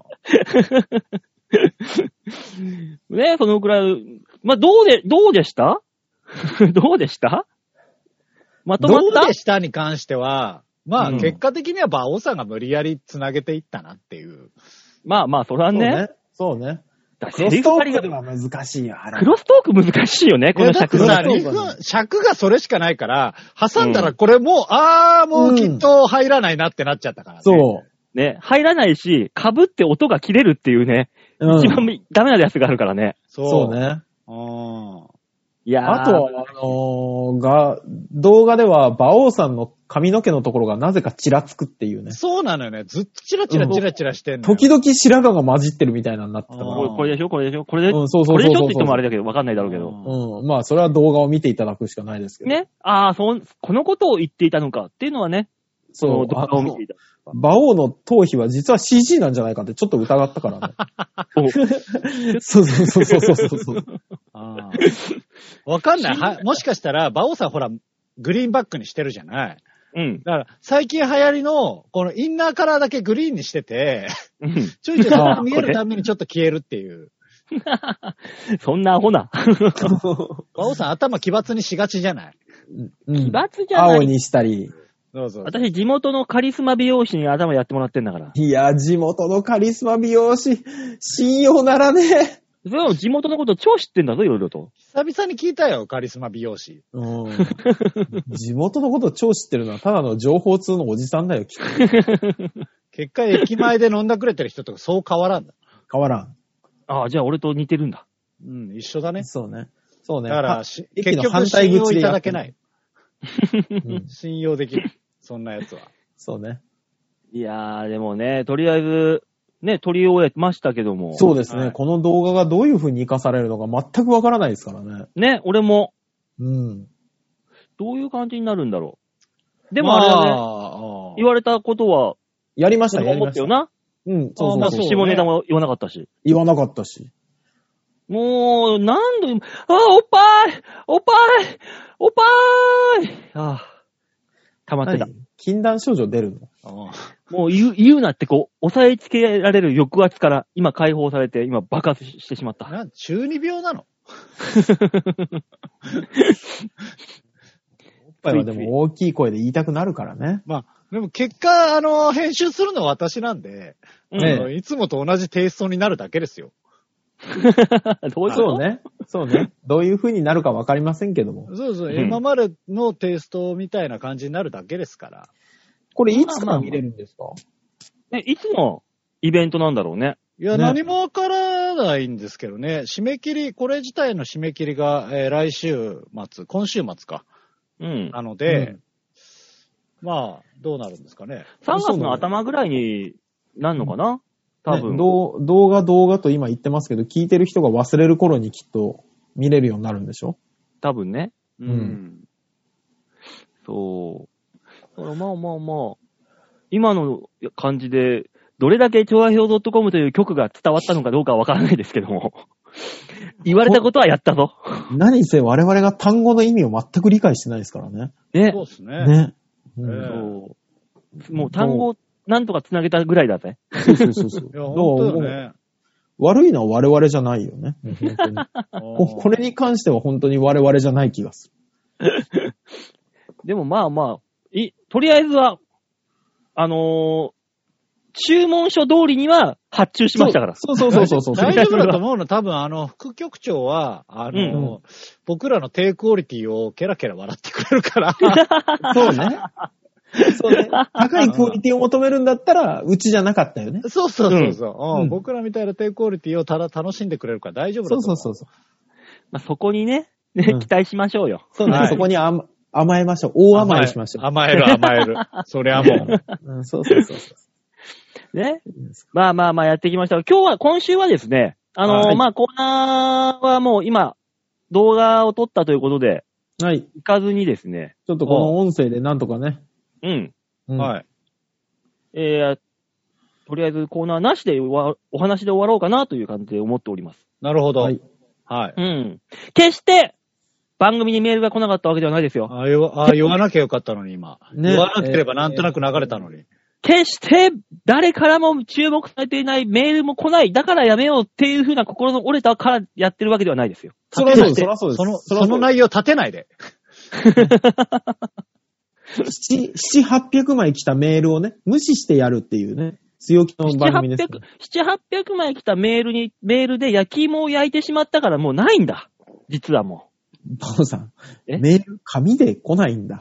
ね、そのくらい。まあ、どうでしたどうでしたまとまった？ どうでしたに関しては、まあ、結果的には馬王さんが無理やり繋げていったなっていう。 まあ、それはね。 そうね。 クロストークが難しいよ、あれ。 クロストーク難しいよね、この尺が。2分、尺がそれしかないから、挟んだらこれもう、もうきっと入らないなってなっちゃったからね。 そう。 ね、入らないし、被って音が切れるっていうね、一番ダメなやつがあるからね。 そうね。 いやあとは、動画では、馬王さんの髪の毛のところがなぜかちらつくっていうね。 そうなのよね。ずっとチラチラしてんの。 時々白髪が混じってるみたいなになってたから。 これでしょこれでしょこれでしょそうって言ってもあれだけど、わかんないだろうけど。まあ、それは動画を見ていただくしかないですけど。 ね。このことを言っていたのかっていうのはね、その動画を見ていた。 馬王の頭皮は実は CG なんじゃないかってちょっと疑ったからね。そう。 わかんない。もしかしたら、馬王さんほら、グリーンバックにしてるじゃない。 うん。 だから、最近流行りの、このインナーカラーだけグリーンにしてて、ちょいちょい見えるためにちょっと消えるっていう。 そんなアホな。 馬王さん頭奇抜にしがちじゃない？ 奇抜じゃない。 青にしたり。 そう。 私、地元のカリスマ美容師に頭やってもらってんだから。 いや、地元のカリスマ美容師、信用ならねえ。 それは地元のこと超知ってんだぞ、いろいろと。 久々に聞いたよ、カリスマ美容師。 地元のこと超知ってるのは、ただの情報通のおじさんだよ、きっと。 結果、駅前で飲んだくれてる人とかそう変わらんだ。 変わらん。 ああ、じゃあ俺と似てるんだ。 一緒だね。 そうね。 だから、結局信用いただけない。信用できる。そんなやつは。 そうね。 いやー、でもね、とりあえず、ね、取り終えましたけども。 そうですね。はい、この動画がどういう風に活かされるのか全くわからないですからね。ね、 俺も。 どういう感じになるんだろう。でもあれだね、言われたことは、 やりました、 やりましたよな。 そう。 下ネタも言わなかったし。 言わなかったし。 もう、何度、おっぱいおっぱい溜まってた。 禁断症状出るの？ もう言うなって抑えつけられる抑圧から今解放されて、今爆発してしまった。 中二病なの？ おっぱいはでも大きい声で言いたくなるからね。 まあ、でも結果、編集するのは私なんで、いつもと同じテイストになるだけですよ。 どういうそうね。そうね。どういう風になるかわかりませんけども。 そうそう、今までのテイストみたいな感じになるだけですから。 これいつから見れるんですか？ いつのイベントなんだろうね。 いや、何もわからないんですけどね。締め切り、これ自体の締め切りが、来週末、今週末か。なので、まあ、どうなるんですかね。 3月の頭ぐらいになるのかな？多分、 ね。動画と今言ってますけど、聞いてる人が忘れる頃にきっと見れるようになるんでしょ？ 多分ね。そう。だからまあ、今の感じで、どれだけ調和表 .com という曲が伝わったのかどうかはわからないですけども。言われたことはやったぞ。 何せ我々が単語の意味を全く理解してないですからね。 ね。 そうですね。 ね。 そうもう単語なんとかつなげたぐらいだぜ。 そう。いや、本当だね。 悪いのは我々じゃないよね。本当にこれに関しては本当に我々じゃない気がする。 でもまあ、とりあえずは、注文書通りには発注しましたから。 そう。 大丈夫だと思うの。多分副局長は、僕らの低クオリティをケラケラ笑ってくれるから。 そうね。高いクオリティを求めるんだったら、うちじゃなかったよね。 そう。僕らみたいな低クオリティをただ楽しんでくれるから大丈夫だと思う。 そう。 まあ、そこにね、期待しましょうよ。 そうね。そこに甘えましょう。大甘えしましょう。 甘える。そりゃもう。そう。 ね。まあ、やっていきました。今週はですね、まあ、コーナーはもう今、動画を撮ったということで、 はい。 行かずにですね。 ちょっとこの音声でなんとかね。 はい。 とりあえずコーナーなしでお話で終わろうかなという感じで思っております。 なるほど。はい。 決して、番組にメールが来なかったわけではないですよ。 言わなきゃよかったのに今。ね、言わなければなんとなく流れたのに。 決して誰からも注目されていないメールも来ない。だからやめようっていう風な心の折れたからやってるわけではないですよ。 そらそうです。 その内容立てないで。 7、800枚来たメールをね、無視してやるっていうね、強気の番組です、ね。 7、800枚来たメールで焼き芋を焼いてしまったからもうないんだ。実はもう。バオさん、メール紙で来ないんだ。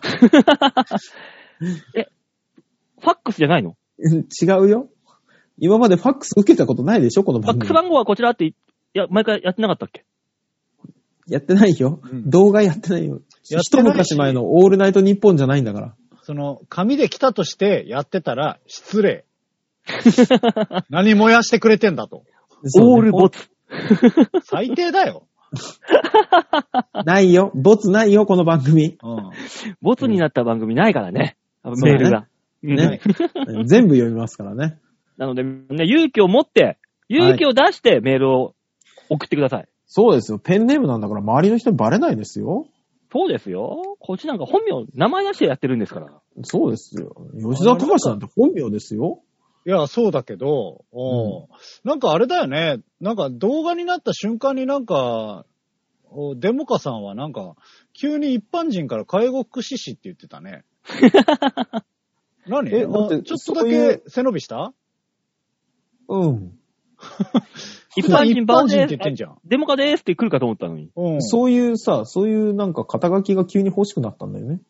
ファックスじゃないの？ 違うよ。今までファックス受けたことないでしょこの番組。 ファックス番号はこちらって毎回やってなかったっけ？ やってないよ。動画やってないよ。一昔前のオールナイトニッポンじゃないんだから。 紙で来たとしてやってたら失礼。何燃やしてくれてんだと。 オールボツ。 最低だよ。 ないよ。ボツないよ、この番組。 ボツになった番組ないからね。メールが。 ね。全部読みますからね。 なので、ね、勇気を持って、勇気を出してメールを送ってください。 そうですよ。ペンネームなんだから周りの人にバレないですよ。 そうですよ。こっちなんか本名、名前出してやってるんですから。 そうですよ。吉田隆なんて本名ですよ。 いや、そうだけど、なんかあれだよね。なんか動画になった瞬間になんか、デモカさんはなんか、急に一般人から介護福祉士って言ってたね。何？ちょっとだけ背伸びした？一般人って言ってんじゃん。 デモカでーすって来るかと思ったのに。 そういうなんか肩書きが急に欲しくなったんだよね。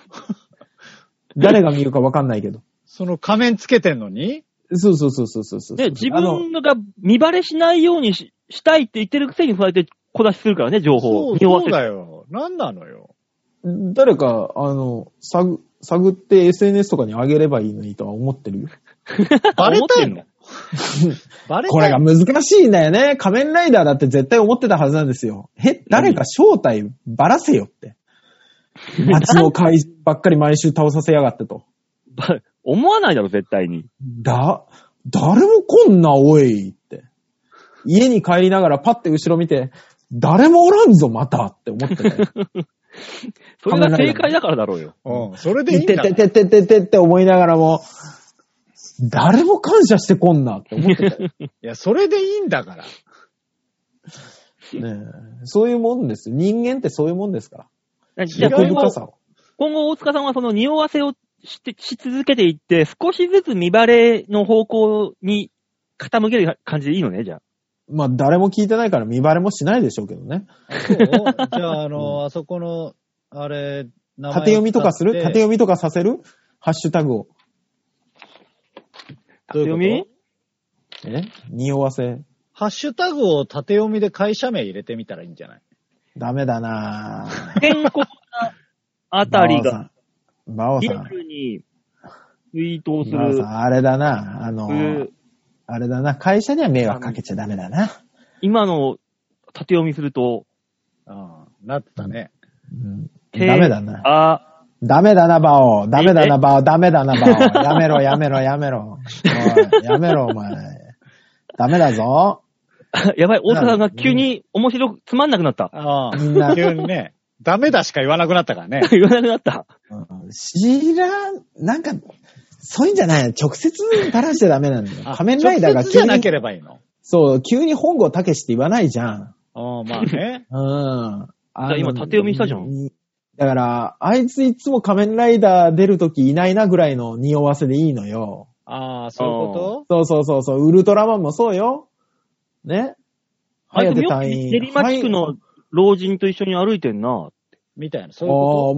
誰が見るかわかんないけど。 その仮面つけてんのに？ そう。 で、自分が見バレしないようにしたいって言ってるくせにそうやって小出しするからね、情報を。 そうだよ。なんなのよ。 誰か、探って SNS とかに上げればいいのにとは思ってるよ。 バレたいの？ これが難しいんだよね。仮面ライダーだって絶対思ってたはずなんですよ。誰か正体ばらせよって。街の怪人ばっかり毎週倒させやがってと。 思わないだろ、絶対に。誰も来んな、おいって。家に帰りながらパッて後ろ見て、誰もおらんぞ、またって思ってたよ。 それが正解だからだろうよ。 それでいいんだ。 って思いながらも、誰も感謝してこんなって思ってたよ。 いや、それでいいんだから。 ねえ、そういうもんですよ。人間ってそういうもんですから。 じゃあ今後、大塚さんはその匂わせをし続けていって、少しずつ見バレの方向に傾ける感じでいいのね、じゃあ。 まあ、誰も聞いてないから見バレもしないでしょうけどね。 そうじゃあ、あそこの、あれ、名前縦読みとかする？縦読みとかさせる？ハッシュタグを。 縦読み？ 匂わせ。 ハッシュタグを縦読みで会社名入れてみたらいいんじゃない？ ダメだなぁ。 健康なあたりが、リバオさん。 アルにツイートをする。 バオさん、あれだな。あれだな。会社には迷惑かけちゃダメだな。 今の縦読みすると、 なったね。 ダメだな。ダメだな、バオ。ダメだな、バオ。ダメだな、バオ。やめろ、やめろ、やめろ。おい、やめろ、お前。ダメだぞ。 やばい、大阪さんが急に面白く、つまんなくなった。 みんな。 急にね。ダメだしか言わなくなったからね。 言わなくなった。 知らん、なんか、そういうんじゃない。直接バラしちゃダメなんだよ。仮面ライダーが直接じゃなければいいの？ そう、急に本郷武史って言わないじゃん。 まあね。 じゃあ今縦読みしたじゃん。 だから、あいついつも仮面ライダー出るときいないなぐらいの匂わせでいいのよ。 そういうこと？ そう。ウルトラマンもそうよ。ね。 あいつよく練馬地区の老人と一緒に歩いてんな。 みたいな、そういうこと？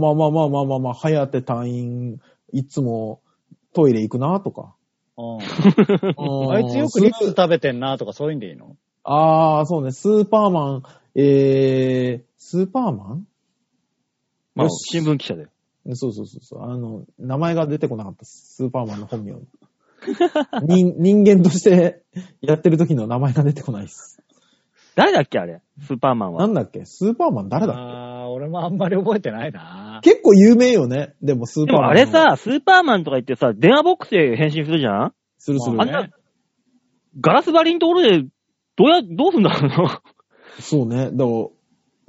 まあ、ハヤテ隊員、いつもトイレ行くなとか。 あいつよくリッツ食べてんなとかそういうんでいいの？ そうね、スーパーマン、スーパーマン？ まあ、新聞記者で。 そう。名前が出てこなかった。スーパーマンの本名。人間としてやってる時の名前が出てこないです。 誰だっけあれスーパーマンは。 なんだっけスーパーマン誰だっけ俺もあんまり覚えてないな。 結構有名よね。でもスーパーマン。 でもあれさ、スーパーマンとか言ってさ、電話ボックスで変身するじゃん？ する。 あんな、ガラス張りのところで、どうすんだろうな。 そうね。だから、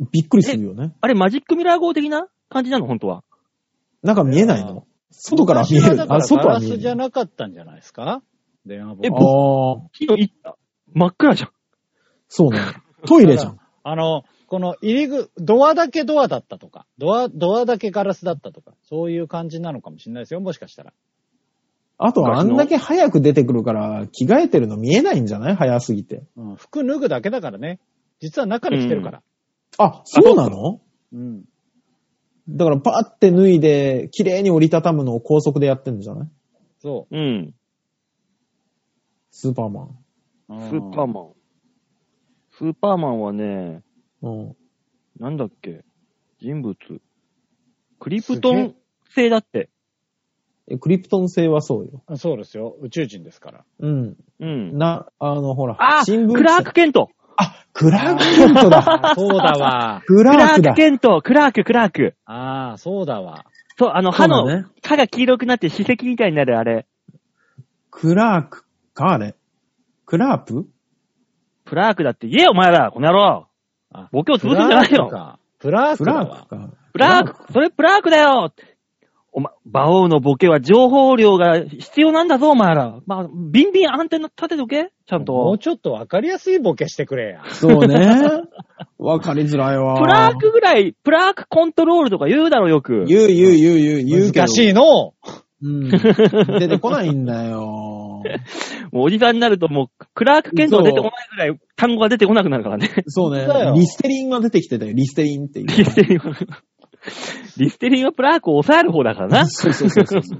びっくりするよね。 あれマジックミラー号的な感じなの本当は。 なんか見えないの？外から見える。 外は見える。ガラスじゃなかったんじゃないですか？電話ボックス。 火のいった。真っ暗じゃん。 そうね。トイレじゃん。 このドアだけドアだったとか、ドアだけガラスだったとか、そういう感じなのかもしれないですよ、もしかしたら。 あとはあんだけ早く出てくるから、着替えてるの見えないんじゃない？早すぎて。 服脱ぐだけだからね。実は中に着てるから。 そうなの？ うん。 だからパーって脱いで、綺麗に折りたたむのを高速でやってんじゃない？ そう。 うん。 スーパーマン。 スーパーマンはね、なんだっけ人物。クリプトン製だって。 クリプトン製はそうよ。 そうですよ。宇宙人ですから。 うん。ほら。 新聞クラークケント。 クラークケントだ。 そうだわ。 クラークケント。クラーク。 そうだわ。 そう、歯が黄色くなって歯石みたいになるあれ。 クラークかあれ。クラープだって言えよ、お前ら、この野郎。ボケを潰すんじゃないよ。 プラークか。それプラークだよ。馬王のボケは情報量が必要なんだぞ、お前ら。ビンビンアンテナ立てとけちゃんと。 もうちょっとわかりやすいボケしてくれや。 そうね。わかりづらいわ。 プラークぐらい、プラークコントロールとか言うだろ、よく。 言うけど。 難しいの。 出てこないんだよ。 もうおじさんになるともう、クラークケント出てこないぐらい単語が出てこなくなるからね。 そうね。リステリンは出てきてたよ。リステリンっていう。 リステリンはプラークを抑える方だからな。そう。す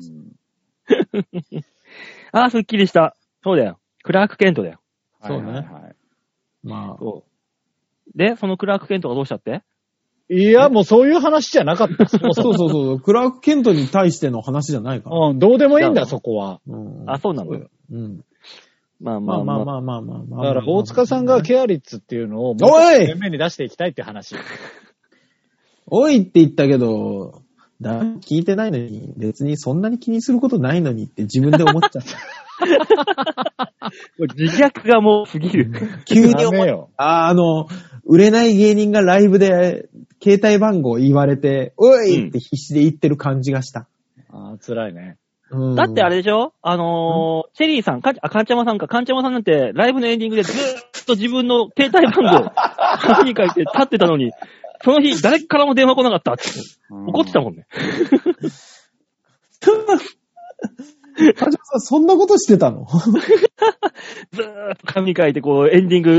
っきりした。そうだよ。クラークケントだよ。 そうね。 で、そのクラークケントがどうしたって？ いや、もうそういう話じゃなかった。 そう。クラークケントに対しての話じゃないから。 どうでもいいんだ、そこは。 そうなのよ。まあ。 だから、大塚さんがケアリッツっていうのを、もう前面に出していきたいって話。 おいって言ったけど、聞いてないのに、別にそんなに気にすることないのにって自分で思っちゃった。 自虐がもう過ぎる。 急に思う。売れない芸人がライブで携帯番号言われて、おいって必死で言ってる感じがした。 辛いね。 だってあれでしょチェリーさん、カンチャマさんなんてライブのエンディングでずーっと自分の携帯番号、紙に書いて立ってたのに、その日誰からも電話来なかったって怒ってたもんね。 カンチャマさんそんなことしてたの？ ずーっと紙に書いてエンディング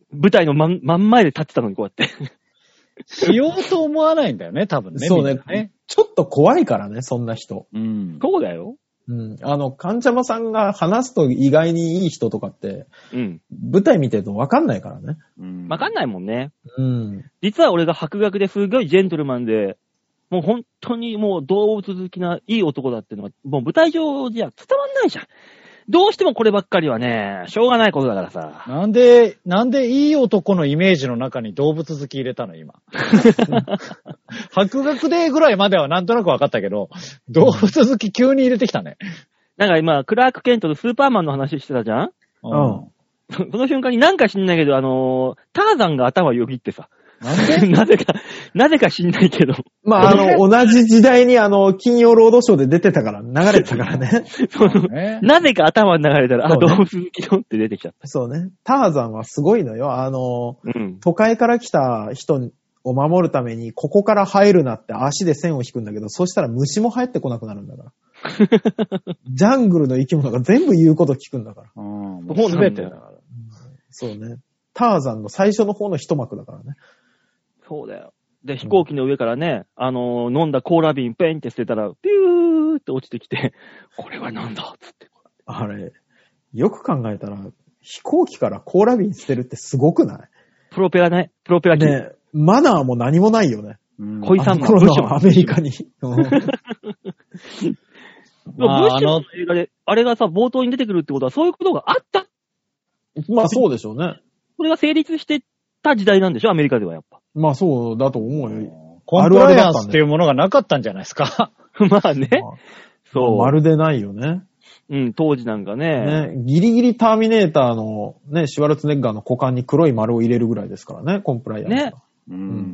舞台の真ん前で立ってたのにこうやって。 しようと思わないんだよね、多分ね。 そうね。ちょっと怖いからね、そんな人。 うん。そうだよ。 うん。カンチャマさんが話すと意外にいい人とかって、うん。舞台見てると分かんないからね。 うん。分かんないもんね。 うん。 実は俺が博学ですごいジェントルマンで、もう本当にもう動物好きないい男だっていうのが、もう舞台上じゃ伝わんないじゃん。どうしてもこればっかりはね、しょうがないことだからさ。 なんでいい男のイメージの中に動物好き入れたの今。博学でぐらいまではなんとなく分かったけど、動物好き急に入れてきたね。 なんか今、クラークケントとスーパーマンの話してたじゃん？ うん。 その瞬間になんか知んないけど、ターザンが頭よぎってさ。 なんでなぜか知んないけど。 まあ、同じ時代に金曜ロードショーで出てたから、流れてたからね。 なぜか頭に流れたら、動物好きのって出てきちゃった。 そうね。ターザンはすごいのよ。都会から来た人を守るために、ここから入るなって足で線を引くんだけど、そしたら虫も入ってこなくなるんだから。ジャングルの生き物が全部言うこと聞くんだから。 もうすべてだから。 そうね。ターザンの最初の方の一幕だからね。 そうだよ。で、飛行機の上からね、飲んだコーラ瓶ペンって捨てたら、ピューって落ちてきて、これはなんだつって。 あれ、よく考えたら、飛行機からコーラ瓶捨てるってすごくない？ プロペラ機。 ね、マナーも何もないよね。 恋さんのブッシュアメリカに。 ブッシュの映画で、あれがさ、冒頭に出てくるってことは、そういうことがあった。 まあそうでしょうね。 これが成立してた時代なんでしょ、アメリカではやっぱ。 まあそうだと思うよ。 コンプライアンスっていうものがなかったんじゃないですか。 まあね。 そう。まるでないよね。 うん、当時なんかね。 ギリギリターミネーターのね、シュワルツェネッガーの股間に黒い丸を入れるぐらいですからね、コンプライアンス。 ね。うん。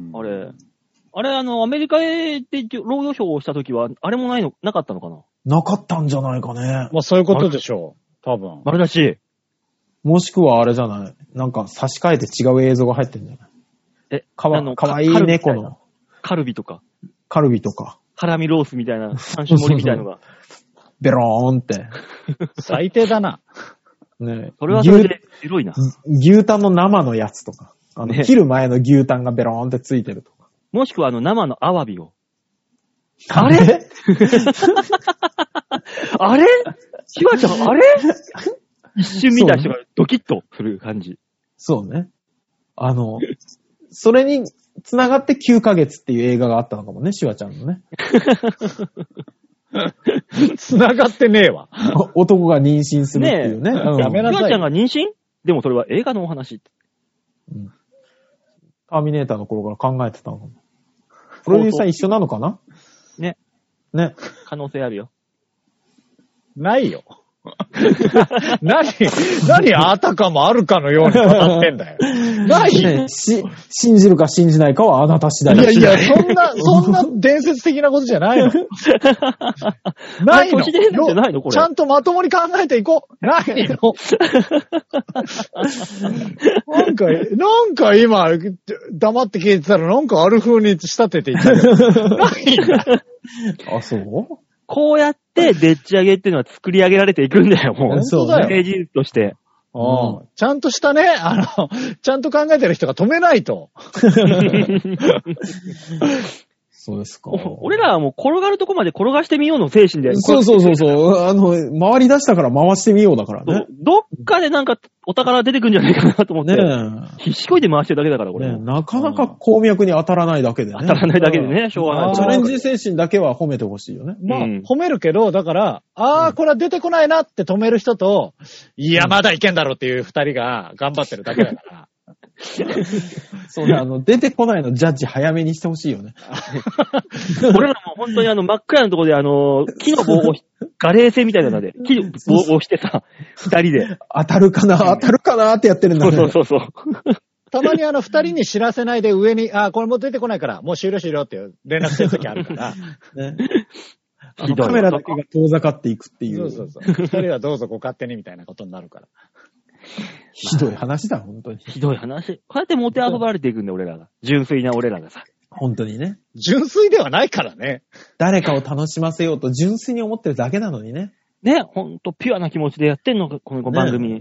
あれアメリカで労働省をした時は、あれもなかったのかな？ なかったんじゃないかね。 まあそういうことでしょう。多分。 丸出し。 もしくはあれじゃない。なんか差し替えて違う映像が入ってるんじゃない？かわいい猫の。 カルビとか。 ハラミロースみたいな、三種盛りみたいなのが。 ベローンって。 最低だな。 ね、 それはそれで広いな。 牛タンの生のやつとか。切る前の牛タンがベローンってついてるとか。 もしくは生のアワビを。 あれあれシワちゃん、あれ一瞬見た人がドキッとする感じ。 そうね。それに繋がって9ヶ月っていう映画があったのかもね、シュワちゃんのね。 繋がってねえわ。 男が妊娠するっていうね。 やめなさい。シュワちゃんが妊娠？でもそれは映画のお話。 うん。ターミネーターの頃から考えてたのかも。プロデューサー一緒なのかな？ ね。可能性あるよ。 ないよ。何あたかもあるかのように語ってんだよ。ない、 信じるか信じないかはあなた次第だ。 いや、そんな伝説的なことじゃないの。ないの。 都市伝説じゃないのこれ。 ちゃんとまともに考えていこう。ないの。なんか今、黙って聞いてたらなんかある風に仕立てていったけど。ないんだ。 あ、そう？ こうやってでっち上げっていうのは作り上げられていくんだよ、もう。 そうだよ。 事実として。 ちゃんとしたね、ちゃんと考えてる人が止めないと。 そうですか。 俺らはもう転がるとこまで転がしてみようの精神で。 そう。回り出したから回してみようだからね。 どっかでなんかお宝出てくんじゃないかなと思って。必死こいで回してるだけだから、これ。 なかなか鉱脈に当たらないだけでね。 当たらないだけでね、しょうがない。 チャレンジ精神だけは褒めてほしいよね。 まあ、褒めるけど、だから、これは出てこないなって止める人と、いや、まだいけんだろっていう二人が頑張ってるだけだから。 そうね、出てこないのジャッジ早めにしてほしいよね。 俺らも本当に真っ暗なところで木の棒を、ガレー線みたいなので、木の棒を押してさ、二人で。 当たるかなってやってるんだね。 そう。 たまに二人に知らせないで上に、これもう出てこないから、もう終了っていう連絡してる時あるから。ね。 カメラだけが遠ざかっていくっていう。 そう。二人はどうぞご勝手にみたいなことになるから。 ひどい話だ、本当に。 ひどい話。こうやってモテ遊ばれていくんだよ、俺らが。純粋な俺らがさ。 本当にね。 純粋ではないからね。 誰かを楽しませようと純粋に思ってるだけなのにね。 ね、ほんとピュアな気持ちでやってんのか、この番組。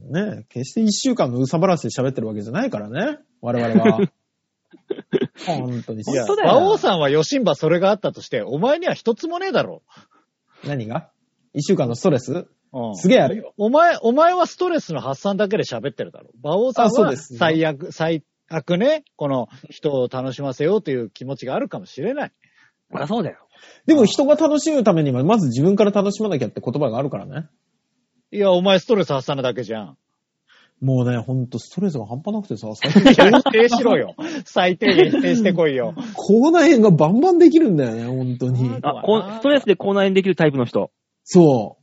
ね、決して1週間のうさばらしで喋ってるわけじゃないからね。我々は。本当に。 いや、馬王さんはヨシンバそれがあったとして、お前には一つもねえだろ。 何が ?1 週間のストレス、 うん、 すげえあるよ。 お前はストレスの発散だけで喋ってるだろ。馬王さんは最悪ね、この人を楽しませようという気持ちがあるかもしれない。 あ、そうだよ。 でも人が楽しむためには、まず自分から楽しまなきゃって言葉があるからね。 いや、お前ストレス発散なだけじゃん。 もうね、ほんとストレスが半端なくてさ、 否定しろよ。最低限否定してこいよ。 口内炎がバンバンできるんだよね、ほんとに。 ストレスで口内炎できるタイプの人。 そう。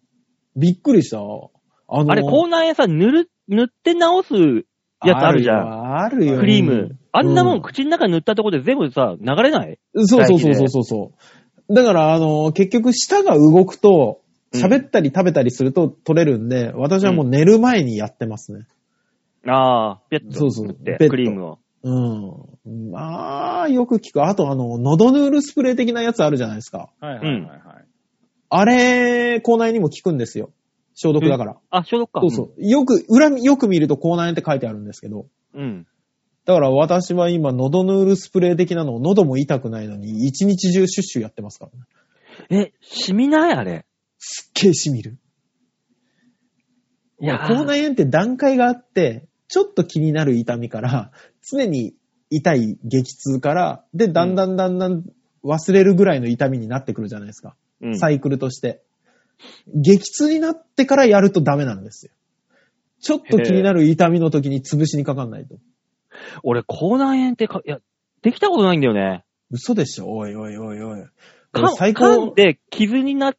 びっくりした。 あれ、口内炎さ、塗って治すやつあるじゃん。 あるよ。 クリーム。あんなもん口の中塗ったところで全部さ、流れない？ そう。だから、結局舌が動くと、喋ったり食べたりすると取れるんで、私はもう寝る前にやってますね。 ああ、ペット塗ってクリームを。 うん。まあ、よく聞く。あと、喉ヌールスプレー的なやつあるじゃないですか。 はいはいはい、はい。 あれ、口内にも効くんですよ。消毒だから。 あ、消毒か。 そう。よく見ると口内炎って書いてあるんですけど。 うん。 だから私は今、喉ヌールスプレー的なのを喉も痛くないのに、一日中シュッシュやってますからね。染みないあれ。 すっげー染みる。いや、口内炎って段階があって、ちょっと気になる痛みから、常に痛い激痛から、で、だんだん忘れるぐらいの痛みになってくるじゃないですか。うん、サイクルとして。激痛になってからやるとダメなんですよ。ちょっと気になる痛みの時に潰しにかかんないと。 俺、口内炎ってできたことないんだよね。 嘘でしょ？おい。 噛んで傷になって、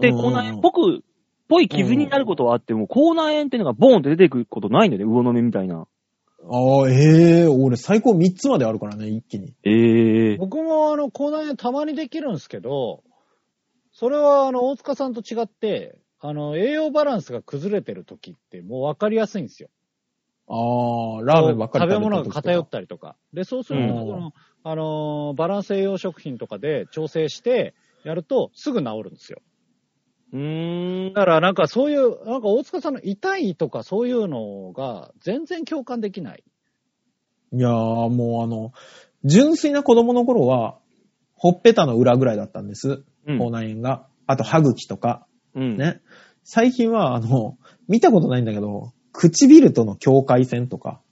口内炎っぽい傷になることはあっても、口内炎っていうのがボーンって出てくることないんだよね、魚の目みたいな。 俺最高3つまであるからね、一気に。 僕も口内炎たまにできるんですけど、それは大塚さんと違って、栄養バランスが崩れてる時ってもう分かりやすいんですよ。 ラーメンばっかり食べ物が偏ったりとか。で、そうすると、バランス栄養食品とかで調整してやるとすぐ治るんですよ。だからなんかそういう、なんか大塚さんの痛いとかそういうのが全然共感できない。 いやーもう純粋な子供の頃は、ほっぺたの裏ぐらいだったんです。口内炎が。あと歯茎とか。ね。最近は見たことないんだけど、唇との境界線とか。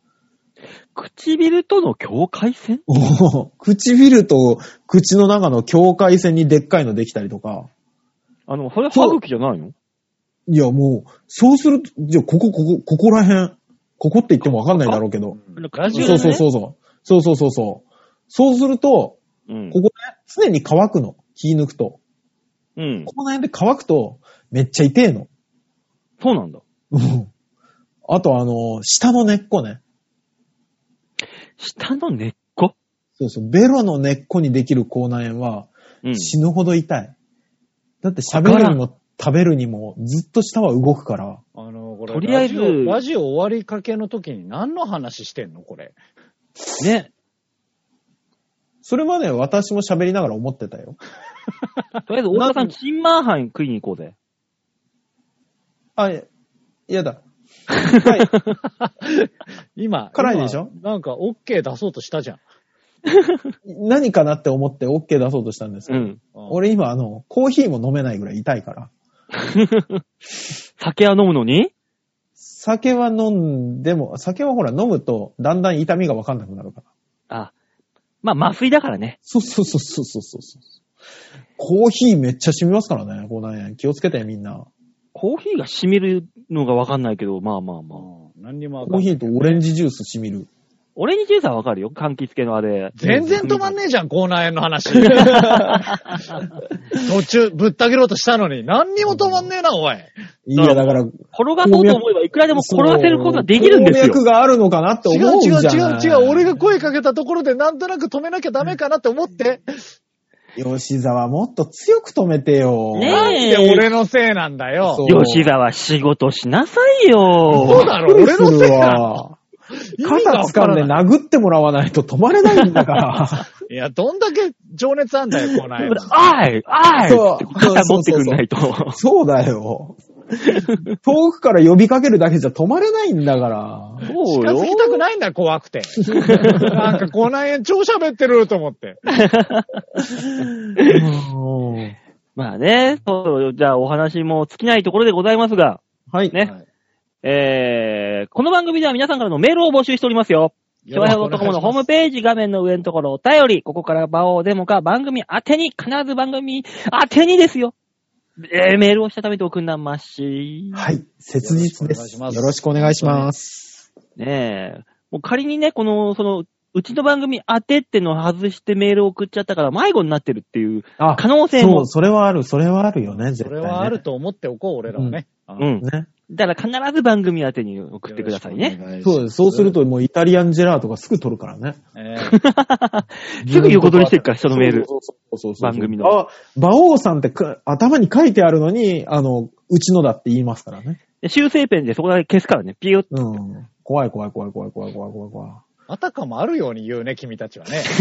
唇との境界線？ 唇と口の中の境界線にでっかいのできたりとか。 それ歯茎じゃないの？ いや、もう、そうすると、じゃあ、ここら辺。ここって言ってもわかんないだろうけど。そう。そうすると、ここね、常に乾くの。気抜くと。この辺で乾くと、めっちゃ痛えの。 そうなんだ。 あと下の根っこね。 下の根っこ？ そう。ベロの根っこにできる口内炎は、死ぬほど痛い。だって喋るにも食べるにもずっと舌は動くから。 これとりあえずラジオ終わりかけの時に何の話してんのこれ。 ね。 それはね、私も喋りながら思ってたよ。 とりあえず大田さん、チンマーハン食いに行こうぜ。 やだ。 はい。今。 辛いでしょ？ なんか OK 出そうとしたじゃん。 何かなって思って OK 出そうとしたんですけど、俺今コーヒーも飲めないぐらい痛いから。 酒は飲むのに？ 酒は飲んでも、酒はほら飲むとだんだん痛みがわかんなくなるから。 まあ麻酔だからね。 そう。コーヒーめっちゃ染みますからね、こうね。気をつけてみんな。 コーヒーが染みるのがわかんないけど、まあ。 何にもわかんない。 コーヒーとオレンジジュース染みる。 オレンジジュースはわかるよ。柑橘系のあれ。 全然止まんねえじゃん、口内炎の話。途中、ぶった切ろうとしたのに。何にも止まんねえな、おい。 いや、だから。 転がそうと思えばいくらでも転がせることができるんですよ。 脈があるのかなって思うじゃん。 違う。俺が声かけたところでなんとなく止めなきゃダメかなって思って。 吉沢もっと強く止めてよ。 なんで俺のせいなんだよ。 吉沢仕事しなさいよ。 そうだろ、俺のせいだ。 肩掴んで殴ってもらわないと止まれないんだから。 いや、どんだけ情熱あんだよ、この間。 あいって肩持ってくんないと。 そうだよ。 遠くから呼びかけるだけじゃ止まれないんだから。 そうよ。近づきたくないんだよ、怖くて。なんかこの辺超喋ってると思って。 まあね、そう、じゃあお話も尽きないところでございますが。はい。ね。はい、この番組では皆さんからのメールを募集しておりますよ。昭和平和.comのホームページ画面の上のところお便り、ここから場をデモか番組宛てに、必ず番組宛てにですよ。メールをしたためておくんなまし。 はい。切実です。よろしくお願いします。 ねえ。もう仮にね、うちの番組宛てってのを外してメールを送っちゃったから迷子になってるっていう可能性も。 そう、それはあるよね、絶対ね。 それはあると思っておこう、俺らはね。 うん。ね。だから必ず番組宛てに送ってくださいね。 そうです。そうするともうイタリアンジェラートがすぐ取るからね。 すぐ横取りしてるから、人のメール。そう番組の。 馬王さんって頭に書いてあるのに、うちのだって言いますからね。 修正ペンでそこだけ消すからね、ピヨッ。 うん。怖い。 あたかもあるように言うね、君たちはね。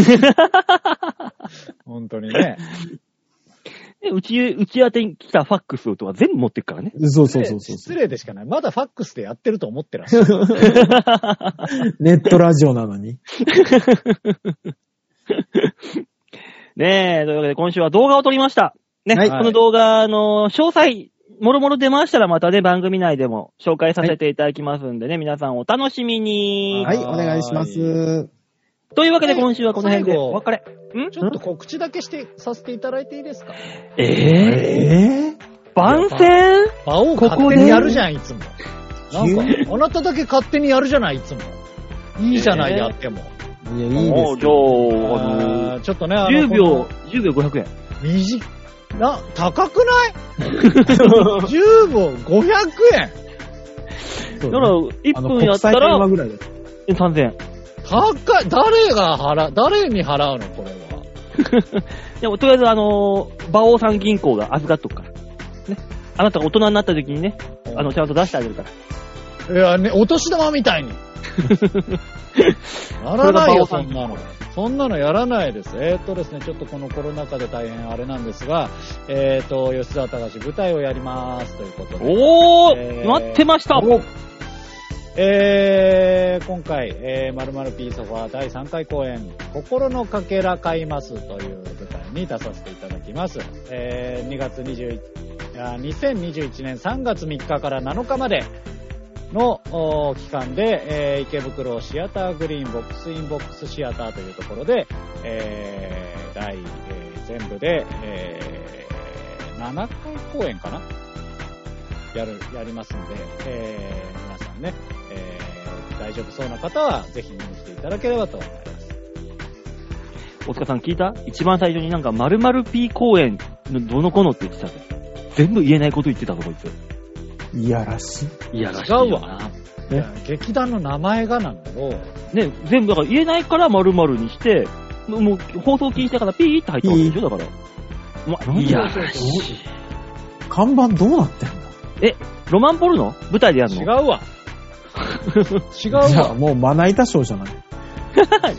本当にね。 うち宛てに来たファックスとか全部持ってくからね。 そう。 失礼でしかない。まだファックスでやってると思ってらっしゃる。 ネットラジオなのに。 ねえ、というわけで今週は動画を撮りました。ね、はい、この動画の詳細、もろもろ出ましたらまたね、番組内でも紹介させていただきますんでね、はい、皆さんお楽しみに。 はい、お願いします。 というわけで今週はこの辺でお別れ。 ちょっと告知だけさせていただいていいですか？ 番宣？ 場を勝手にやるじゃん、いつも。なんか、あなただけ勝手にやるじゃない、いつも。いいじゃない、やっても。 いや、いいです。 じゃあ、 ちょっとね、 10秒500円。 高くない？10秒500円。 だから、1分やったら、3000円。 高い。誰に払うのこれは。 でも、とりあえず、馬王さん銀行が預かっとくから。ね。あなたが大人になった時にね、ちゃんと出してあげるから。 いや、ね、お年玉みたいに。やらないよ、そんなの。そんなのやらないです。ですね、ちょっとこのコロナ禍で大変あれなんですが、吉沢隆舞台をやりますということで。待ってました。 今回、〇〇ピーソファー第3回公演、心のかけら買いますという舞台に出させていただきます。2021年3月3日から7日までの期間で、池袋シアターグリーンボックスインボックスシアターというところで、全部で、7回公演かなやりますんで、皆さんね、大丈夫そうな方はぜひ見に来ていただければと思います。 大塚さん聞いた？一番最初になんか〇〇 P 公演のどのこのって言ってたで。全部言えないこと言ってたぞこいつ。 いやらしい。 違うわ。劇団の名前がなんだろう。 ね、全部だから言えないから〇〇にして、もう放送禁止だからピーって入ったわけでしょだから。いやらしい。 看板どうなってんだ？ ロマンポルノ？舞台でやるの？ 違うわ。 じゃあもうまな板賞じゃない。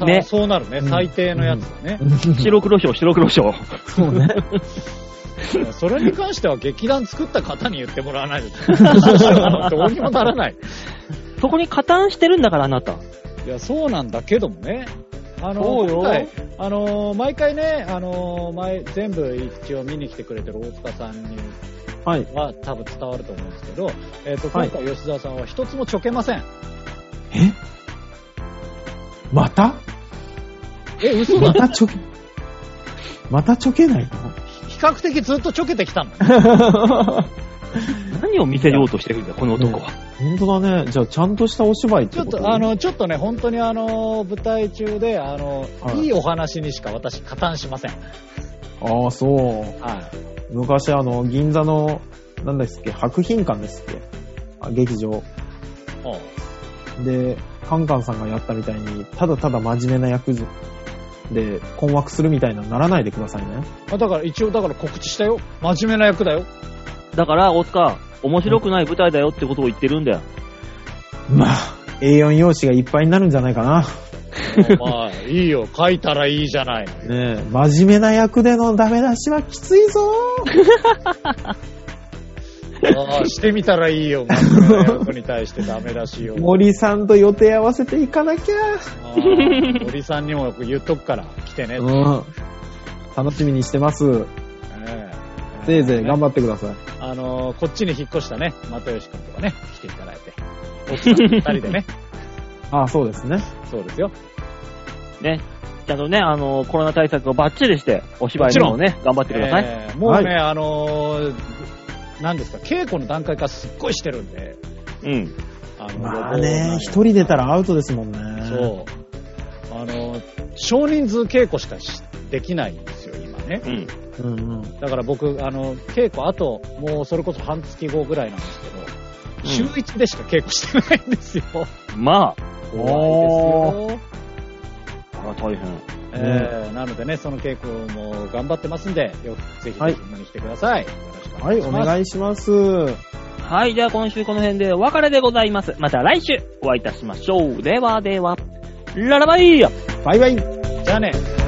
ね。そうなるね。最低のやつだね。 白黒賞。 そうね。 それに関しては劇団作った方に言ってもらわないとどうにもならない。 そこに加担してるんだからあなた。 いや、そうなんだけどもね。今回、毎回ね、全部一応見に来てくれてる大塚さんには多分伝わると思うんですけど、今回吉沢さんは一つもちょけません。 また？ 嘘だ。 またちょけないの？ 比較的ずっとちょけてきたの。 何を見せようとしてるんだ、この男は。 本当だね。じゃあ、ちゃんとしたお芝居ってこと？ ちょっとね、本当に舞台中で、いいお話にしか私、加担しません。 ああ、そう。 はい。 昔、銀座の、なんですっけ、博品館ですっけ、劇場。で、カンカンさんがやったみたいに、ただただ真面目な役で困惑するみたいなならないでくださいね。 だから一応告知したよ。真面目な役だよ。 だから大塚、面白くない舞台だよってことを言ってるんだよ。 まあ A4 用紙がいっぱいになるんじゃないかな。 まあいいよ、書いたらいいじゃない。 ねえ、真面目な役でのダメ出しはきついぞ。 してみたらいいよ、真面目な役に対してダメ出しを。 森さんと予定合わせていかなきゃ。 森さんにも言っとくから、来てね。 楽しみにしてます。せいぜい頑張ってください。 こっちに引っ越したね、又吉くんとかね、来ていただいて。奥さん2人でね。 そうですね。 そうですよ。 ね。ちゃんとね、コロナ対策をバッチリして、お芝居にもね、頑張ってください。 もうね、何ですか、稽古の段階からすっごいしてるんで。 うん。 まあね、一人出たらアウトですもんね。 そう。少人数稽古しかできないんですよ、今ね。 うん。 だから僕、稽古あと、もうそれこそ半月後ぐらいなんですけど、週1でしか稽古してないんですよ。 まあ。 怖いですよ。 大変。 なのでね、その稽古も頑張ってますんで、ぜひ見に来てください。よろしくお願いします。 はい、お願いします。 はい、では今週この辺でお別れでございます。また来週お会いいたしましょう。ではでは、ララバイ！ バイバイ！ じゃあね。